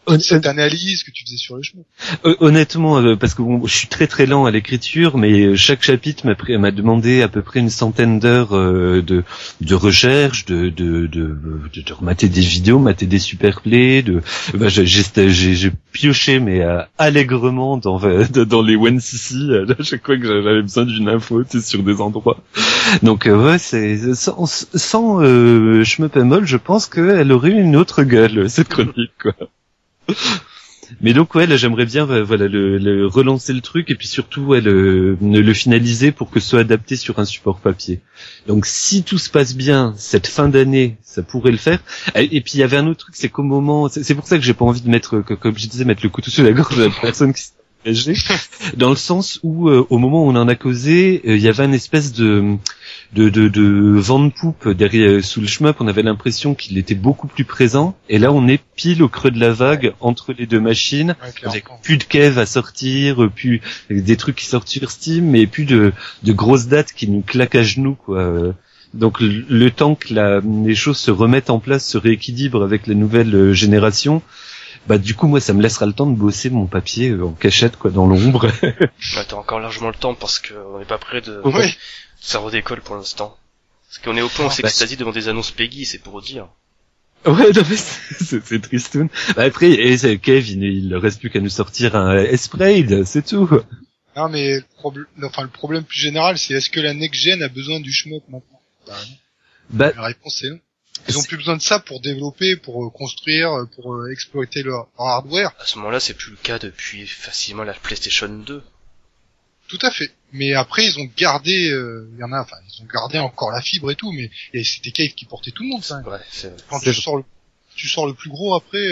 cette analyse que tu faisais sur les chemins. Honnêtement, parce que bon, je suis très très lent à l'écriture, mais chaque chapitre m'a demandé à peu près une centaine d'heures de recherche, de remater des vidéos, mater des superplays, j'ai pioché mais allègrement dans les OneCC à chaque fois que j'avais besoin d'une info, tu sais, sur des endroits. Donc ouais, c'est sans Shmup et Moll, je pense qu'elle aurait une autre gueule, cette chronique, quoi. Mais donc ouais, là j'aimerais bien voilà le relancer le truc et puis surtout ouais, le finaliser pour que ce soit adapté sur un support papier. Donc si tout se passe bien cette fin d'année, ça pourrait le faire. Et puis il y avait un autre truc, c'est qu'au moment, c'est pour ça que j'ai pas envie de mettre, comme je disais, mettre le couteau sur la gorge de la personne qui s'est engagée, dans le sens où au moment où on en a causé, il y avait une espèce de vent de poupe derrière sous le shmup. On avait l'impression qu'il était beaucoup plus présent, et là on est pile au creux de la vague entre les deux machines, avec plus de kev à sortir, plus des trucs qui sortent sur Steam, mais plus de grosses dates qui nous claquent à genoux, quoi. Donc le temps que les choses se remettent en place, se rééquilibrent avec la nouvelle génération, bah du coup moi ça me laissera le temps de bosser mon papier en cachette, quoi, dans l'ombre. Bah, t'as encore largement le temps parce que on n'est pas prêt de... Ouais. Ça redécolle pour l'instant. Parce qu'on est au point où on s'extasie devant des annonces Peggy, c'est pour dire. Ouais, non mais c'est tristoun. Après, Kev, il reste plus qu'à nous sortir un Esprade, c'est tout. Non mais le problème plus général, c'est est-ce que la next-gen a besoin du shmup maintenant? La réponse est non. Ils ont plus besoin de ça pour développer, pour construire, pour exploiter leur hardware. À ce moment-là, c'est plus le cas depuis facilement la PlayStation 2. Tout à fait. Mais après, ils ont gardé, ils ont gardé encore la fibre et tout, mais et c'était Cave qui portait tout le monde, ça. Ouais, quand tu sors le plus gros après,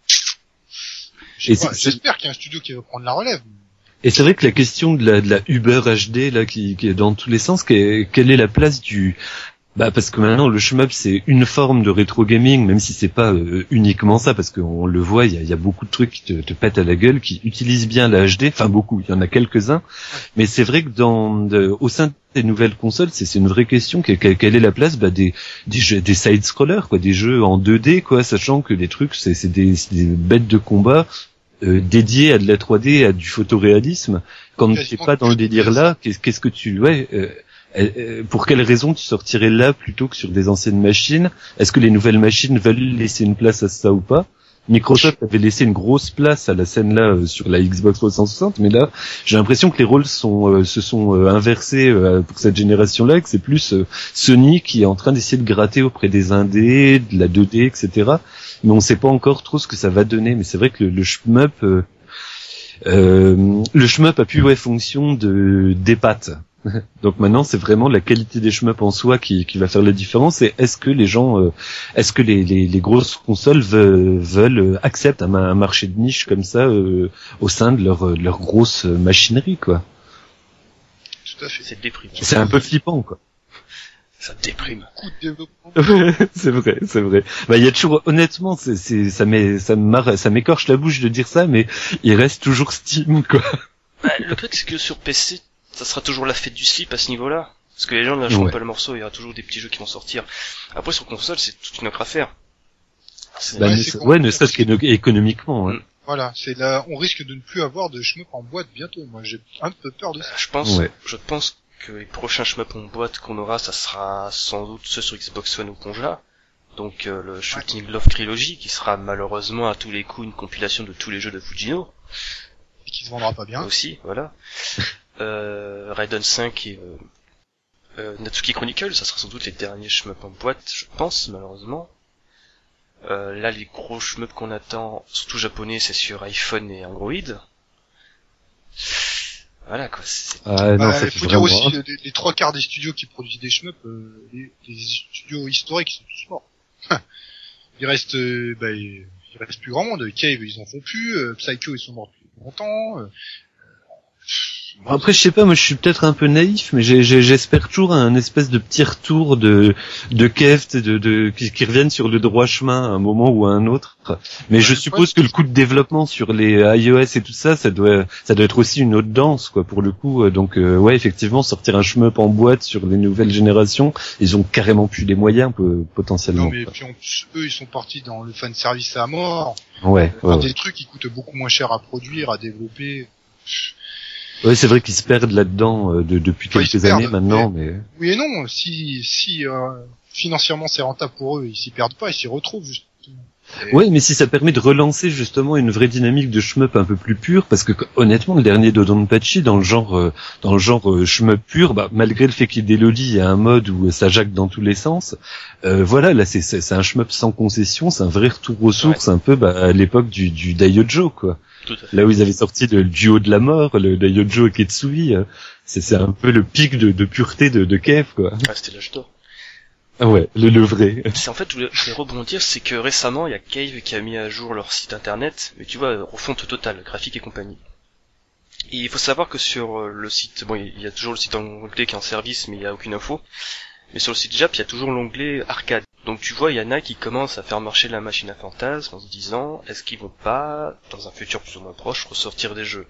j'espère qu'il y a un studio qui va prendre la relève. Et c'est vrai que la question de la Uber HD, là, qui est dans tous les sens, quelle est la place du... Bah parce que maintenant le shmup c'est une forme de rétro gaming, même si c'est pas uniquement ça, parce qu'on le voit, il y a beaucoup de trucs qui te pètent à la gueule, qui utilisent bien la HD, enfin beaucoup, il y en a quelques-uns, mais c'est vrai que au sein des nouvelles consoles, c'est une vraie question, quelle est la place des side scrollers, quoi, des jeux en 2D, quoi, sachant que les trucs c'est des bêtes de combat dédiées à de la 3D, à du photoréalisme. Quand t'es pas dans le délire là, qu'est-ce que tu pour quelle raison tu sortirais là plutôt que sur des anciennes machines? Est-ce que les nouvelles machines veulent laisser une place à ça ou pas? Microsoft avait laissé une grosse place à la scène là sur la Xbox 360, mais là j'ai l'impression que les rôles se sont inversés pour cette génération-là, que c'est plus Sony qui est en train d'essayer de gratter auprès des indés, de la 2D, etc. Mais on sait pas encore trop ce que ça va donner. Mais c'est vrai que le shmup a plus fonction des pattes. Donc maintenant c'est vraiment la qualité des shmups en soi qui va faire la différence. Et est-ce que les gens, est-ce que les grosses consoles veulent acceptent un marché de niche comme ça au sein de leur grosse machinerie, quoi. Tout à fait. C'est déprimant. C'est un peu flippant, quoi. Ça déprime. Beaucoup de développement. c'est vrai. Bah il y a toujours, honnêtement, ça m'écorche la bouche de dire ça, mais il reste toujours Steam, quoi. Bah, le truc c'est que sur PC ça sera toujours la fête du slip à ce niveau-là. Parce que les gens ne lâcheront pas le morceau, il y aura toujours des petits jeux qui vont sortir. Après, sur console, c'est toute une autre affaire. Ne serait-ce qu'économiquement. Hein. Voilà, c'est là, on risque de ne plus avoir de shmup en boîte bientôt. Moi, j'ai un peu peur de ça. Je pense que les prochains shmup en boîte qu'on aura, ça sera sans doute ceux sur Xbox One ou Conja. Donc, le Shooting Love Trilogy, qui sera malheureusement à tous les coups une compilation de tous les jeux de Fujino. Et qui se vendra pas bien. Aussi, voilà. Raiden 5 et Natsuki Chronicle, ça sera sans doute les derniers shmup en boîte, je pense, malheureusement. Là, les gros shmup qu'on attend, surtout japonais, c'est sur iPhone et Android. Voilà, quoi. Il faut dire aussi, les 3/4 des studios qui produisent des shmup, les studios historiques, sont tous morts. Il reste plus grand monde. Cave, ils en font plus. Psycho, ils sont morts depuis longtemps. Après, je sais pas, moi je suis peut-être un peu naïf, mais j'espère toujours un espèce de petit retour de Kev, qui reviennent sur le droit chemin à un moment ou à un autre. Mais je suppose que le coût de développement sur les iOS et tout ça, ça doit être aussi une autre danse, quoi, pour le coup. Donc, ouais, effectivement, sortir un shmup en boîte sur les nouvelles générations, ils ont carrément plus les moyens, potentiellement. Non, mais puis eux, ils sont partis dans le fan service à mort. Ouais. Des trucs qui coûtent beaucoup moins cher à produire, à développer. Ouais, c'est vrai qu'ils se perdent là-dedans depuis quelques années maintenant, mais... Oui et non, si financièrement c'est rentable pour eux, ils s'y perdent pas, ils s'y retrouvent justement. Oui, mais si ça permet de relancer justement une vraie dynamique de shmup un peu plus pure, parce que honnêtement, le dernier Dodonpachi dans le genre shmup pur, malgré le fait qu'il y ait des lollis, il y a un mode où ça jacque dans tous les sens. Voilà, là c'est un shmup sans concession, c'est un vrai retour aux sources, un peu à l'époque du Daiojo, quoi. Là où ils avaient sorti le duo de la mort, le Daiojo Ketsui, c'est un peu le pic de pureté de Kev, quoi. Ah, c'était l'âge d'or. Ah ouais, le vrai. C'est en fait, je voulais rebondir, c'est que récemment, il y a Cave qui a mis à jour leur site internet, mais tu vois, refonte totale, graphique et compagnie. Et il faut savoir que sur le site, bon, il y a toujours le site en anglais qui est en service, mais il y a aucune info. Mais sur le site Jap, il y a toujours l'onglet arcade. Donc tu vois, il y en a qui commencent à faire marcher la machine à fantasmes en se disant, est-ce qu'ils vont pas, dans un futur plus ou moins proche, ressortir des jeux?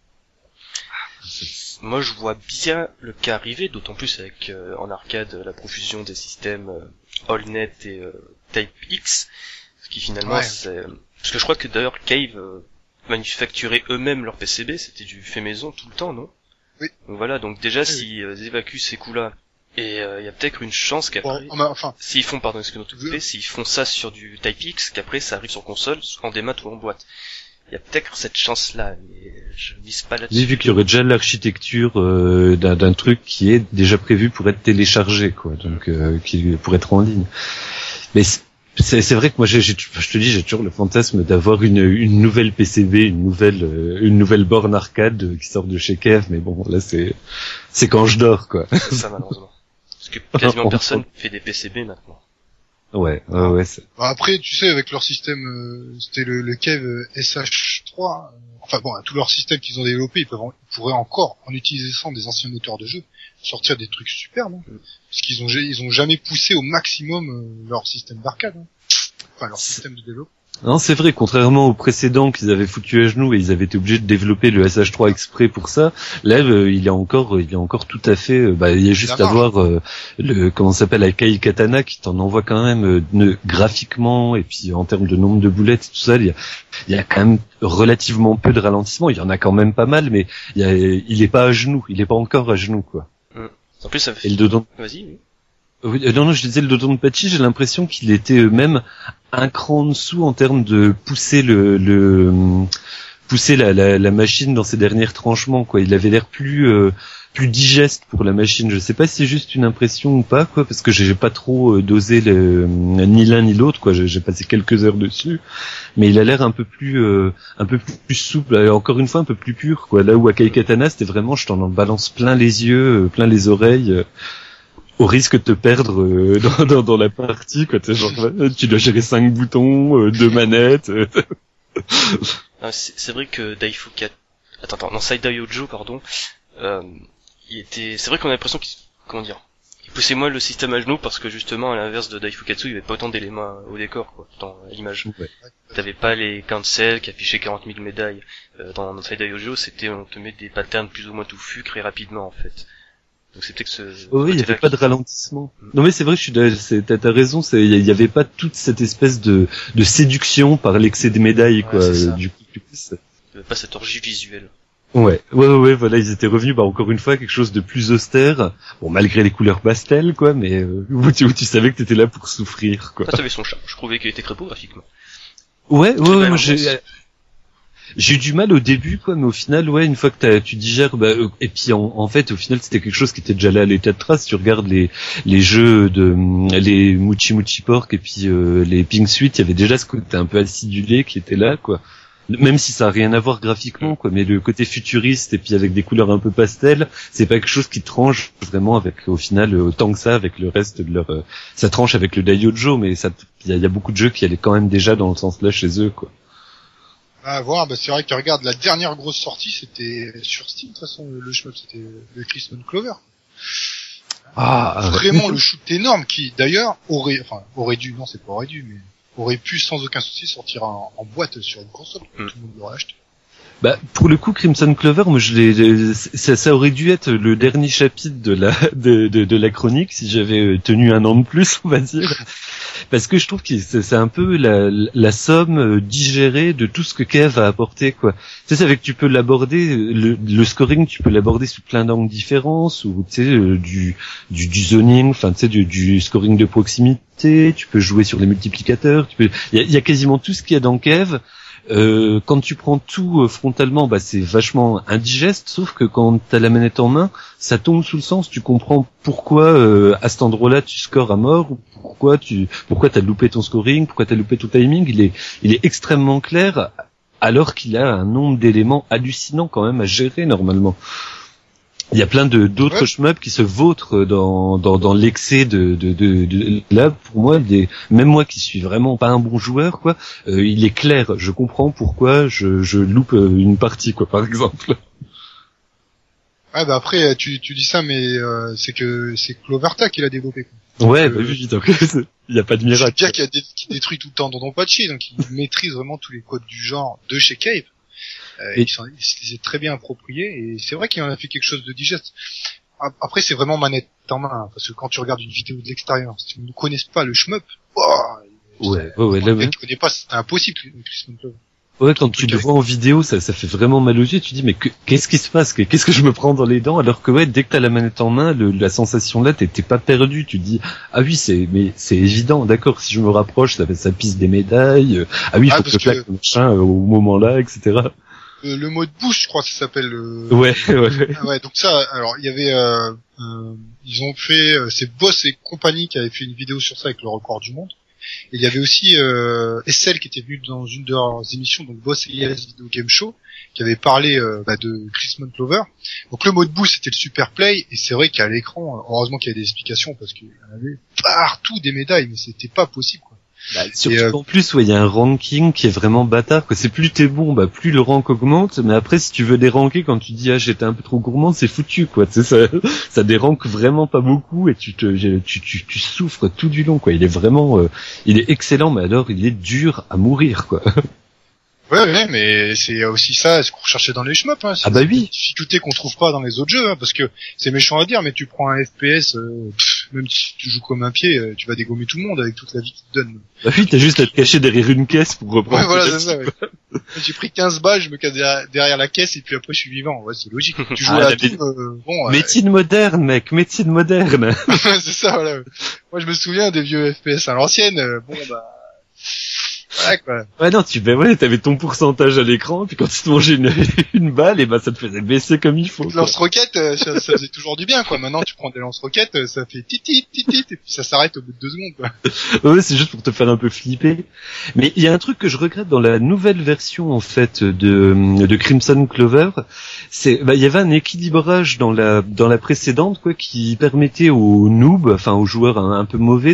Moi, je vois bien le cas arriver, d'autant plus avec en arcade la profusion des systèmes AllNet et TypeX, ce qui finalement c'est... Parce que je crois que d'ailleurs Cave manufacturait eux-mêmes leur PCB, c'était du fait maison tout le temps, non? Oui. Donc voilà, donc déjà s'ils évacuent ces coûts-là, et il y a peut-être une chance qu'après, s'ils font, s'ils font ça sur du TypeX, qu'après ça arrive sur console, en démat ou en boîte. Il y a peut-être cette chance-là, mais je mise pas là-dessus. Mais vu qu'il y aurait déjà l'architecture d'un truc qui est déjà prévu pour être téléchargé, quoi, donc pour être en ligne. Mais c'est vrai que moi, je te dis, j'ai toujours le fantasme d'avoir une nouvelle PCB, une nouvelle borne arcade qui sort de chez Kev, mais bon, là c'est quand je dors, quoi. C'est ça, malheureusement. Parce que quasiment personne fait des PCB maintenant. Ouais. Après, tu sais, avec leur système, c'était le Kev SH3. Enfin bon, tout leur système qu'ils ont développé, ils pourraient encore, en utilisant des anciens moteurs de jeu, sortir des trucs superbes. Hein, parce qu'ils ont jamais poussé au maximum leur système d'arcade. Hein. Enfin, leur système de développement. Non, c'est vrai, contrairement aux précédents qu'ils avaient foutu à genoux et ils avaient été obligés de développer le SH3 exprès pour ça, là, il est encore tout à fait, il y a juste à voir, comment ça s'appelle, Akai Katana qui t'en envoie quand même, graphiquement, et puis en termes de nombre de boulettes, tout ça, il y a quand même relativement peu de ralentissement, il y en a quand même pas mal, mais il est pas à genoux, il est pas encore à genoux, quoi. En plus, ça fait... Et le dedans... Vas-y, oui. Non, je disais le Dodonpachi, j'ai l'impression qu'il était même un cran en dessous en termes de pousser pousser la machine dans ses derniers tranchements, quoi. Il avait l'air plus digeste pour la machine. Je sais pas si c'est juste une impression ou pas, quoi, parce que j'ai pas trop dosé ni l'un ni l'autre, quoi. J'ai passé quelques heures dessus, mais il a l'air un peu plus souple, encore une fois un peu plus pur, quoi. Là où Akai Katana, c'était vraiment, je t'en balance plein les yeux, plein les oreilles. Au risque de te perdre dans la partie, quoi. Genre, tu dois gérer 5 boutons, 2 manettes. C'est vrai que Side Daiojo, pardon, c'est vrai qu'on a l'impression il poussait moins le système à genoux parce que justement, à l'inverse de Daifukatsu, il y avait pas autant d'éléments au décor, quoi, dans l'image. Ouais. T'avais pas les cancels qui affichaient 40 000 médailles. Dans Side Daiojo, on te met des patterns plus ou moins touffus, très rapidement, en fait. Donc c'est peut-être que il y avait pas de ralentissement. Non mais c'est vrai, t'as raison, il y avait pas toute cette espèce de séduction par l'excès des médailles, quoi. Du coup, il y avait pas cette orgie visuelle. Ouais, voilà, ils étaient revenus, encore une fois, quelque chose de plus austère. Bon, malgré les couleurs pastel, quoi, mais où tu savais que t'étais là pour souffrir, quoi. Ça avait son charme. Je trouvais qu'il était très beau graphiquement. Ouais, moi j'ai eu du mal au début, quoi, mais au final, une fois que tu digères, et puis en fait, au final, c'était quelque chose qui était déjà là à l'état de trace. Tu regardes les jeux les Muchi Muchi Pork et puis les Pink Suite, il y avait déjà ce côté un peu acidulé qui était là, quoi. Même si ça a rien à voir graphiquement, quoi, mais le côté futuriste et puis avec des couleurs un peu pastel, c'est pas quelque chose qui tranche vraiment avec, au final, autant que ça avec le reste de leur, ça tranche avec le Daiojo, mais il y a beaucoup de jeux qui allaient quand même déjà dans le sens là chez eux, quoi. Ah, voilà, bah, c'est vrai que regarde, la dernière grosse sortie, c'était sur Steam, de toute façon, le shmup, c'était le Christmas Clover. Vraiment le shoot énorme qui, d'ailleurs, aurait dû, non, c'est pas aurait dû, mais aurait pu sans aucun souci sortir en boîte sur une console. Tout le monde l'aurait acheté. Bah, pour le coup, Crimson Clover, moi, ça aurait dû être le dernier chapitre de la chronique si j'avais tenu un an de plus, on va dire. Parce que je trouve que c'est un peu la somme digérée de tout ce que Kev a apporté, quoi. Tu sais, c'est avec que tu peux l'aborder, le scoring, tu peux l'aborder sous plein d'angles différents, sous, tu sais, du zoning, enfin, tu sais, du scoring de proximité, tu peux jouer sur les multiplicateurs, il y a quasiment tout ce qu'il y a dans Kev. Quand tu prends tout frontalement, bah c'est vachement indigeste, sauf que quand t'as la manette en main, ça tombe sous le sens, tu comprends pourquoi à cet endroit-là tu scores à mort, ou pourquoi t'as loupé ton scoring, pourquoi t'as loupé ton timing, il est extrêmement clair, alors qu'il a un nombre d'éléments hallucinants quand même à gérer normalement. Il y a plein d'autres shmups qui se vautrent dans l'excès de là, pour moi, même moi qui suis vraiment pas un bon joueur, quoi, il est clair, je comprends pourquoi je loupe une partie, quoi, par exemple. Ouais, bah après, tu dis ça, mais c'est Cloverta qui l'a développé, quoi. Ouais, bah oui, donc il y a pas de miracle. C'est bien qui détruit tout le temps dans ton patchy, donc il maîtrise vraiment tous les codes du genre de chez Cave. Il se les est très bien appropriés, et c'est vrai qu'il en a fait quelque chose de digeste. Après, c'est vraiment manette en main, hein, parce que quand tu regardes une vidéo de l'extérieur, si tu ne connais pas le shmup, tu connais pas, c'est impossible, Christmas Clover. Ouais, quand tu le vois en vidéo, ça fait vraiment mal aux yeux, tu dis, mais qu'est-ce qui se passe? Qu'est-ce que je me prends dans les dents? Alors que ouais, dès que t'as la manette en main, la sensation là, t'es pas perdu, tu dis, ah oui, c'est évident, d'accord, si je me rapproche, ça pisse des médailles, ah oui, faut que je claque le machin au moment là, etc. Le mode boost, je crois que ça s'appelle. Ouais. Ah ouais, donc ça, alors il y avait, ils ont fait, c'est Boss et compagnie qui avaient fait une vidéo sur ça avec le record du monde. Et il y avait aussi Essel qui était venu dans une de leurs émissions, donc Boss et Yes Video Game Show, qui avait parlé de Christmas Clover. Donc le mode boost c'était le super play, et c'est vrai qu'à l'écran, heureusement qu'il y avait des explications parce qu'il y en avait partout des médailles, mais c'était pas possible, quoi. Bah, surtout en plus, ouais, il y a un ranking qui est vraiment bâtard, quoi. C'est plus t'es bon, bah, plus le rank augmente, mais après, si tu veux déranker, quand tu dis, ah, j'étais un peu trop gourmand, c'est foutu, quoi. Tu sais, ça déranque vraiment pas beaucoup, et tu souffres tout du long, quoi. Il est excellent, mais alors, il est dur à mourir, quoi. Ouais, mais c'est aussi ça, ce qu'on recherchait dans les shmups, hein. Ah bah oui. Difficulté qu'on trouve pas dans les autres jeux, hein, parce que c'est méchant à dire, mais tu prends un FPS, même si tu joues comme un pied, tu vas dégommer tout le monde avec toute la vie qu'il te donne. Bah oui, t'as juste à te cacher derrière une caisse pour reprendre. Ouais, voilà, c'est ça, ouais. J'ai pris 15 balles, je me casse derrière la caisse, et puis après je suis vivant. Ouais, c'est logique. Tu joues à la Doom, bon. Médecine moderne, mec, médecine moderne. C'est ça, voilà. Moi, je me souviens des vieux FPS à l'ancienne, bon, bah. Ouais, quoi. Ouais, non, t'avais ton pourcentage à l'écran, puis quand tu te mangeais une balle, et bah, ça te faisait baisser comme il faut. Lance-roquette, ça faisait toujours du bien, quoi. Maintenant, tu prends des lance-roquettes, ça fait titit, et puis ça s'arrête au bout de 2 secondes, quoi. Ouais, c'est juste pour te faire un peu flipper. Mais il y a un truc que je regrette dans la nouvelle version, en fait, de Crimson Clover. Il y avait un équilibrage dans la précédente, quoi, qui permettait aux noobs, enfin, aux joueurs un peu mauvais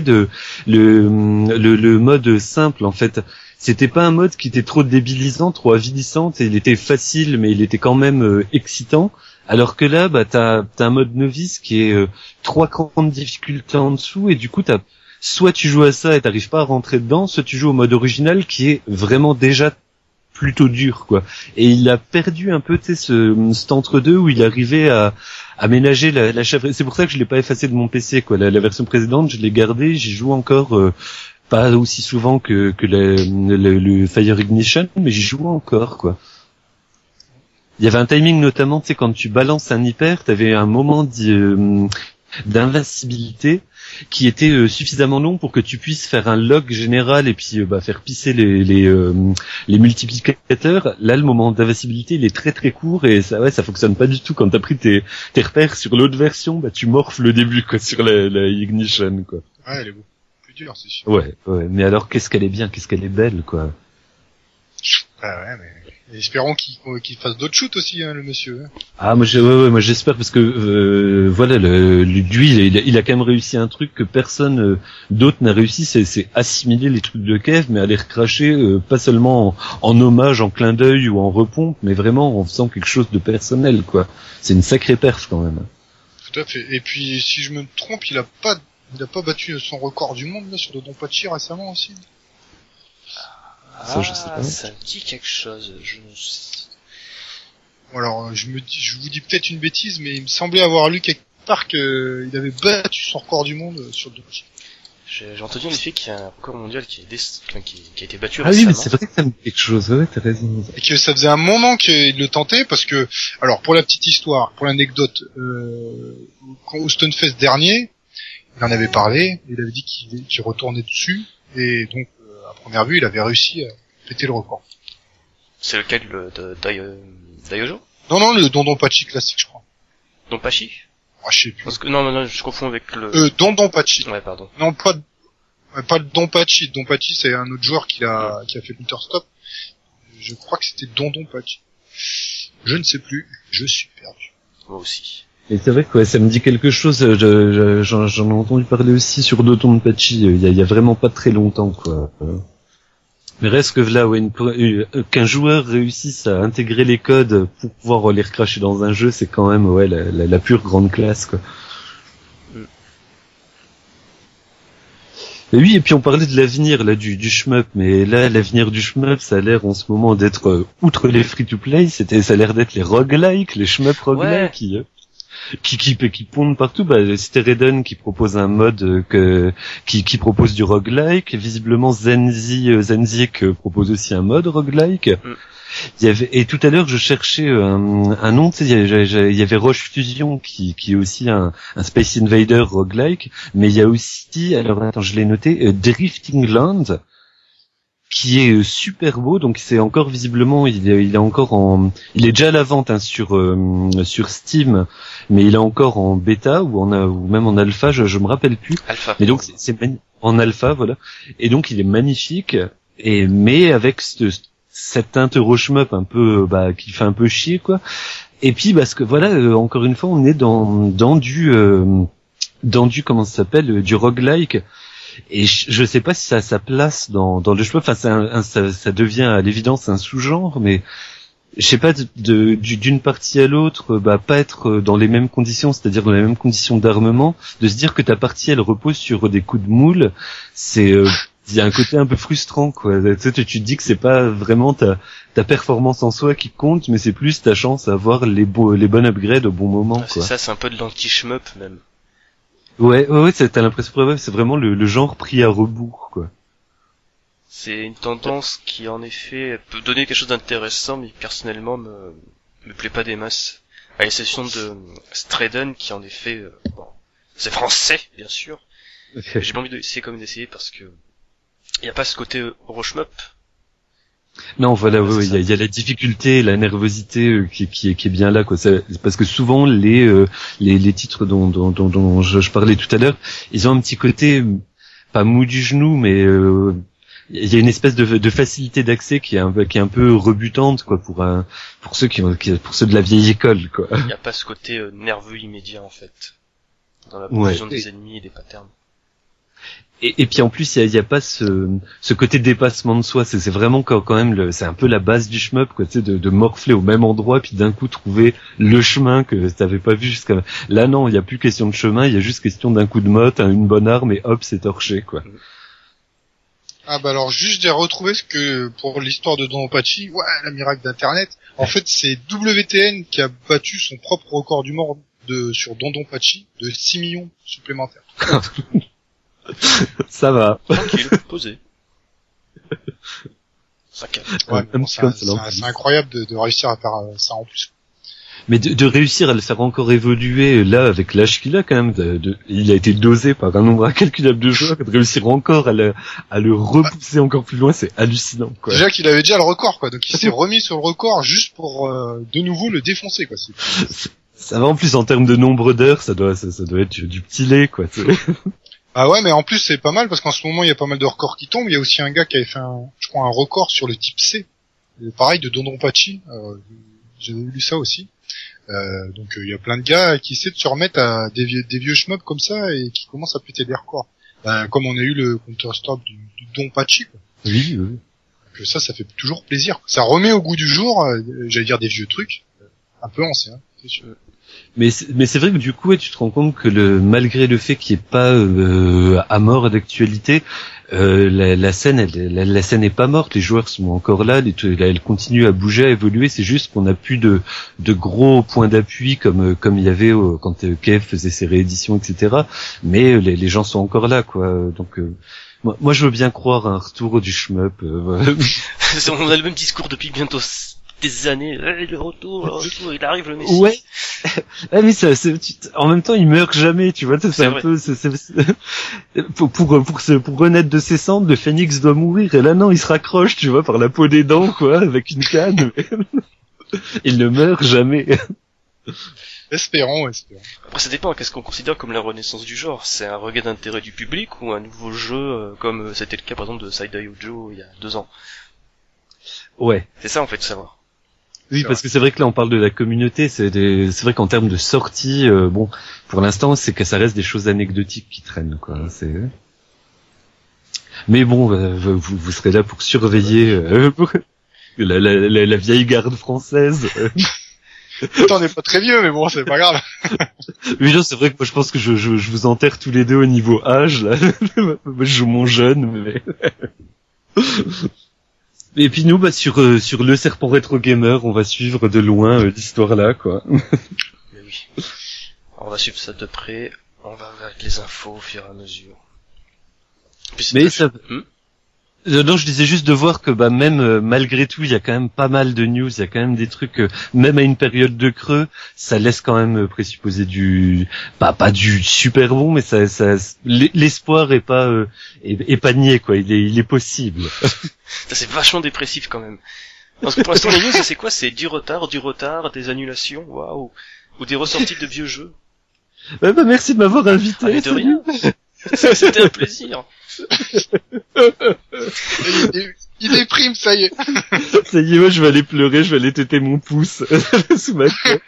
le mode simple, en fait. C'était pas un mode qui était trop débilisant, trop avilissant, et il était facile, mais il était quand même excitant. Alors que là, bah, t'as un mode novice qui est 3 crans de difficulté en dessous, et du coup, soit tu joues à ça et t'arrives pas à rentrer dedans, soit tu joues au mode original qui est vraiment déjà plutôt dur, quoi. Et il a perdu un peu, tu sais, cet entre-deux où il arrivait à ménager la chèvre. C'est pour ça que je l'ai pas effacé de mon PC, quoi. La version précédente, je l'ai gardée, j'y joue encore. Pas aussi souvent que le Fire Ignition, mais j'y joue encore, quoi. Il y avait un timing notamment, tu sais, quand tu balances un hyper, t'avais un moment d'invincibilité qui était suffisamment long pour que tu puisses faire un lock général et puis faire pisser les multiplicateurs. Là, le moment d'invincibilité, il est très très court, et ça fonctionne pas du tout. Quand t'as pris tes repères sur l'autre version, bah tu morphes le début, quoi, sur la Ignition, quoi. Ouais, elle est beau. C'est sûr. Ouais, mais alors qu'est-ce qu'elle est bien, qu'est-ce qu'elle est belle, quoi. Ah ouais, mais espérons qu'il fasse d'autres shoots aussi, hein, le monsieur. Ah, moi j'espère parce que voilà, lui il a quand même réussi un truc que personne d'autre n'a réussi, c'est assimiler les trucs de Kev, mais à les recracher pas seulement en hommage, en clin d'œil ou en repompe, mais vraiment en faisant quelque chose de personnel, quoi. C'est une sacrée perf quand même. Tout à fait. Et puis si je me trompe, il a pas battu son record du monde là sur Dodonpachi récemment aussi. Ça, je sais pas. Ça me dit quelque chose. Alors, je vous dis peut-être une bêtise, mais il me semblait avoir lu quelque part qu'il avait battu son record du monde sur Dodonpachi. J'ai entendu en effet qu'il y a un record mondial qui a été battu récemment. Ah oui, mais c'est vrai que ça me dit quelque chose. Ouais, t'as raison. Et que ça faisait un moment qu'il le tentait parce que, alors, pour la petite histoire, pour l'anecdote, au Stunfest dernier, il en avait parlé, il avait dit qu'il retournait dessus, et donc, à première vue, il avait réussi à péter le record. C'est lequel de Daiojo? Non, le Dodonpachi classique, je crois. Donpachi? Ah, je sais plus. Parce que, non, je confonds avec le... Dodonpachi. Ouais, pardon. Non, pas le Donpachi. Donpachi, c'est un autre joueur qui a fait Counter-Stop. Je crois que c'était Dodonpachi. Je ne sais plus. Je suis perdu. Moi aussi. Et c'est vrai que ouais, ça me dit quelque chose. J'en ai entendu parler aussi sur Dodonpachi. Il y a vraiment pas très longtemps, quoi. Mais reste que là, ouais, qu'un joueur réussisse à intégrer les codes pour pouvoir les recracher dans un jeu, c'est quand même ouais la pure grande classe, quoi. Et oui, et puis on parlait de l'avenir là du shmup, mais là l'avenir du shmup, ça a l'air en ce moment d'être outre les free-to-play, ça a l'air d'être les roguelikes, les shmup roguelikes qui pondent partout. C'était Raiden qui propose un mode qui propose du roguelike. Visiblement Zenzik propose aussi un mode roguelike. Et tout à l'heure je cherchais un nom, tu sais, il y avait Roche Fusion qui est aussi un Space Invader roguelike, mais il y a aussi, alors attends, je l'ai noté, Drifting Land, qui est super beau. Donc c'est encore visiblement, il est déjà à la vente hein, sur Steam, mais il est encore en bêta ou même en alpha, je me rappelle plus. Alpha. Mais donc c'est en alpha, voilà. Et donc il est magnifique, mais avec cette teinte Euroshmup un peu qui fait un peu chier, quoi. Et puis parce que voilà, encore une fois on est dans du comment ça s'appelle, du roguelike. Et je sais pas si ça a sa place dans le shmup. Enfin, ça devient à l'évidence un sous-genre, mais je sais pas d'une partie à l'autre, pas être dans les mêmes conditions, c'est-à-dire dans les mêmes conditions d'armement, de se dire que ta partie elle repose sur des coups de moule, c'est il y a un côté un peu frustrant, quoi. Tu sais, tu te dis que c'est pas vraiment ta performance en soi qui compte, mais c'est plus ta chance à avoir les bonnes upgrades au bon moment, quoi. C'est ça, c'est un peu de l'anti-shmup même. Ouais, t'as l'impression, c'est vraiment le genre pris à rebours, quoi. C'est une tendance qui, en effet, peut donner quelque chose d'intéressant, mais personnellement me plaît pas des masses. À l'exception de Straden, qui en effet, c'est français, bien sûr. J'ai pas envie d'essayer parce que y a pas ce côté Euroshmup. Non, voilà, il y a la difficulté, la nervosité qui est bien là, quoi. Parce que souvent les titres dont je parlais tout à l'heure, ils ont un petit côté pas mou du genou, mais il y a une espèce de facilité d'accès qui est un peu rebutante, quoi, pour ceux pour ceux de la vieille école, quoi. Il y a pas ce côté nerveux immédiat en fait dans la position des ennemis et des patterns. Et puis en plus il y a pas ce côté dépassement de soi, c'est vraiment quand même c'est un peu la base du shmup, quoi, tu sais, de morfler au même endroit puis d'un coup trouver le chemin que t'avais pas vu jusqu'à là. Non, il y a plus question de chemin, il y a juste question d'un coup de motte, une bonne arme et hop, c'est torché, quoi. Ah alors juste j'ai retrouvé ce que pour l'histoire de Dodonpachi, la miracle d'internet. En fait, c'est WTN qui a battu son propre record du monde sur Dodonpachi de 6 millions supplémentaires. Ça va. Tranquille, posé. Ça calme. C'est incroyable de réussir à faire ça en plus. Mais de réussir à le faire encore évoluer là avec l'âge qu'il a quand même, il a été dosé par un nombre incalculable de joueurs, de réussir encore à le repousser encore plus loin, c'est hallucinant, quoi. Déjà qu'il avait déjà le record, quoi, donc il s'est remis sur le record juste pour de nouveau le défoncer, quoi. Ça va en plus en termes de nombre d'heures, ça doit être du petit lait, quoi. Ah ouais, mais en plus c'est pas mal parce qu'en ce moment il y a pas mal de records qui tombent. Il y a aussi un gars qui avait fait un record sur le type C. pareil de Donronpachi, j'avais lu ça aussi. Donc il y a plein de gars qui essaient de se remettre à des vieux shmups comme ça et qui commencent à péter des records. Comme on a eu le Counter-Strike du Donpachi, quoi. Oui. Que ça fait toujours plaisir. Ça remet au goût du jour, j'allais dire des vieux trucs, un peu anciens, c'est sûr. Mais c'est vrai que du coup, tu te rends compte que malgré le fait qu'il n'y ait pas à mort d'actualité, la scène est pas morte. Les joueurs sont encore là, elle continue à bouger, à évoluer. C'est juste qu'on n'a plus de gros points d'appui comme il y avait quand Kev faisait ses rééditions, etc. Mais les gens sont encore là, quoi. Donc moi, je veux bien croire à un retour du shmup. On a le même discours depuis bientôt des années. Le retour, il arrive le Messie. Ouais. Mais en même temps, il meurt jamais, tu vois. C'est un vrai. peu, pour renaître de ses cendres, le phénix doit mourir. Et là, non, il se raccroche, tu vois, par la peau des dents, quoi, avec une canne. Il ne meurt jamais. Espérons. Après, ça dépend. Qu'est-ce qu'on considère comme la renaissance du genre? C'est un regain d'intérêt du public ou un nouveau jeu, comme c'était le cas, par exemple, de Side-Eye Ojo il y a 2 ans? Ouais. C'est ça, en fait, de savoir. Oui, parce que c'est vrai que là on parle de la communauté, c'est vrai qu'en termes de sortie, bon, pour l'instant c'est que ça reste des choses anecdotiques qui traînent, quoi. Mais bon, vous serez là pour surveiller la vieille garde française. On n'est pas très vieux, mais bon, c'est pas grave. Oui, non, c'est vrai que moi je pense que je vous enterre tous les deux au niveau âge, là. Moi je joue mon jeune, mais... Et puis nous, sur le Serpent Rétro Gamer, on va suivre de loin l'histoire là, quoi. Mais oui. On va suivre ça de près. On va avec les infos au fur et à mesure. Puis Mais ça... Non, je disais juste de voir que même malgré tout, il y a quand même pas mal de news, il y a quand même des trucs, même à une période de creux, ça laisse quand même présupposer pas du super bon, mais ça l'espoir est pas nié, quoi. Il est possible. Ça c'est vachement dépressif quand même. Parce que pour l'instant les news c'est quoi? C'est du retard, des annulations, waouh, ou des ressorties de vieux jeux. Merci de m'avoir invité. Ah, mais de rien. C'était un plaisir. Il déprime, ça y est. Ça y est, moi je vais aller pleurer, je vais aller téter mon pouce sous ma tête.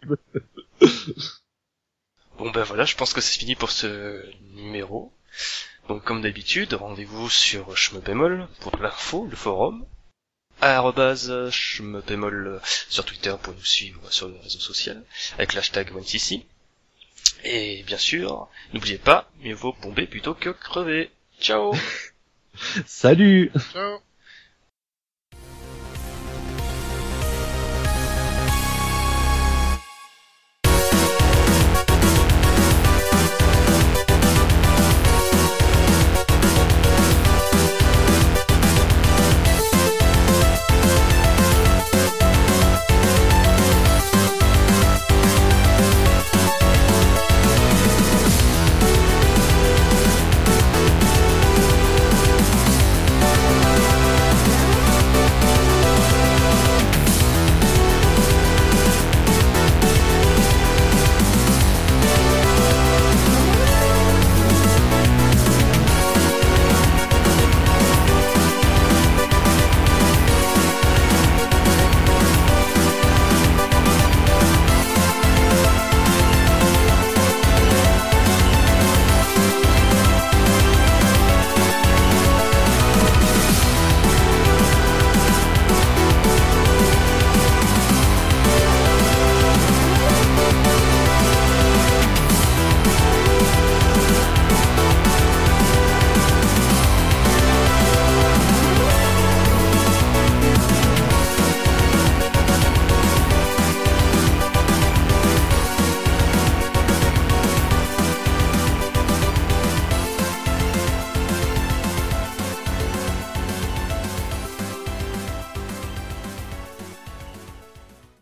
Bon ben voilà, je pense que c'est fini pour ce numéro. Donc comme d'habitude, rendez-vous sur shmebemol pour l'info, le forum, @shmebemol sur Twitter pour nous suivre sur le réseau social, avec l'hashtag OneCC. Et bien sûr, n'oubliez pas, mieux vaut bomber plutôt que crever. Ciao. Salut. Ciao.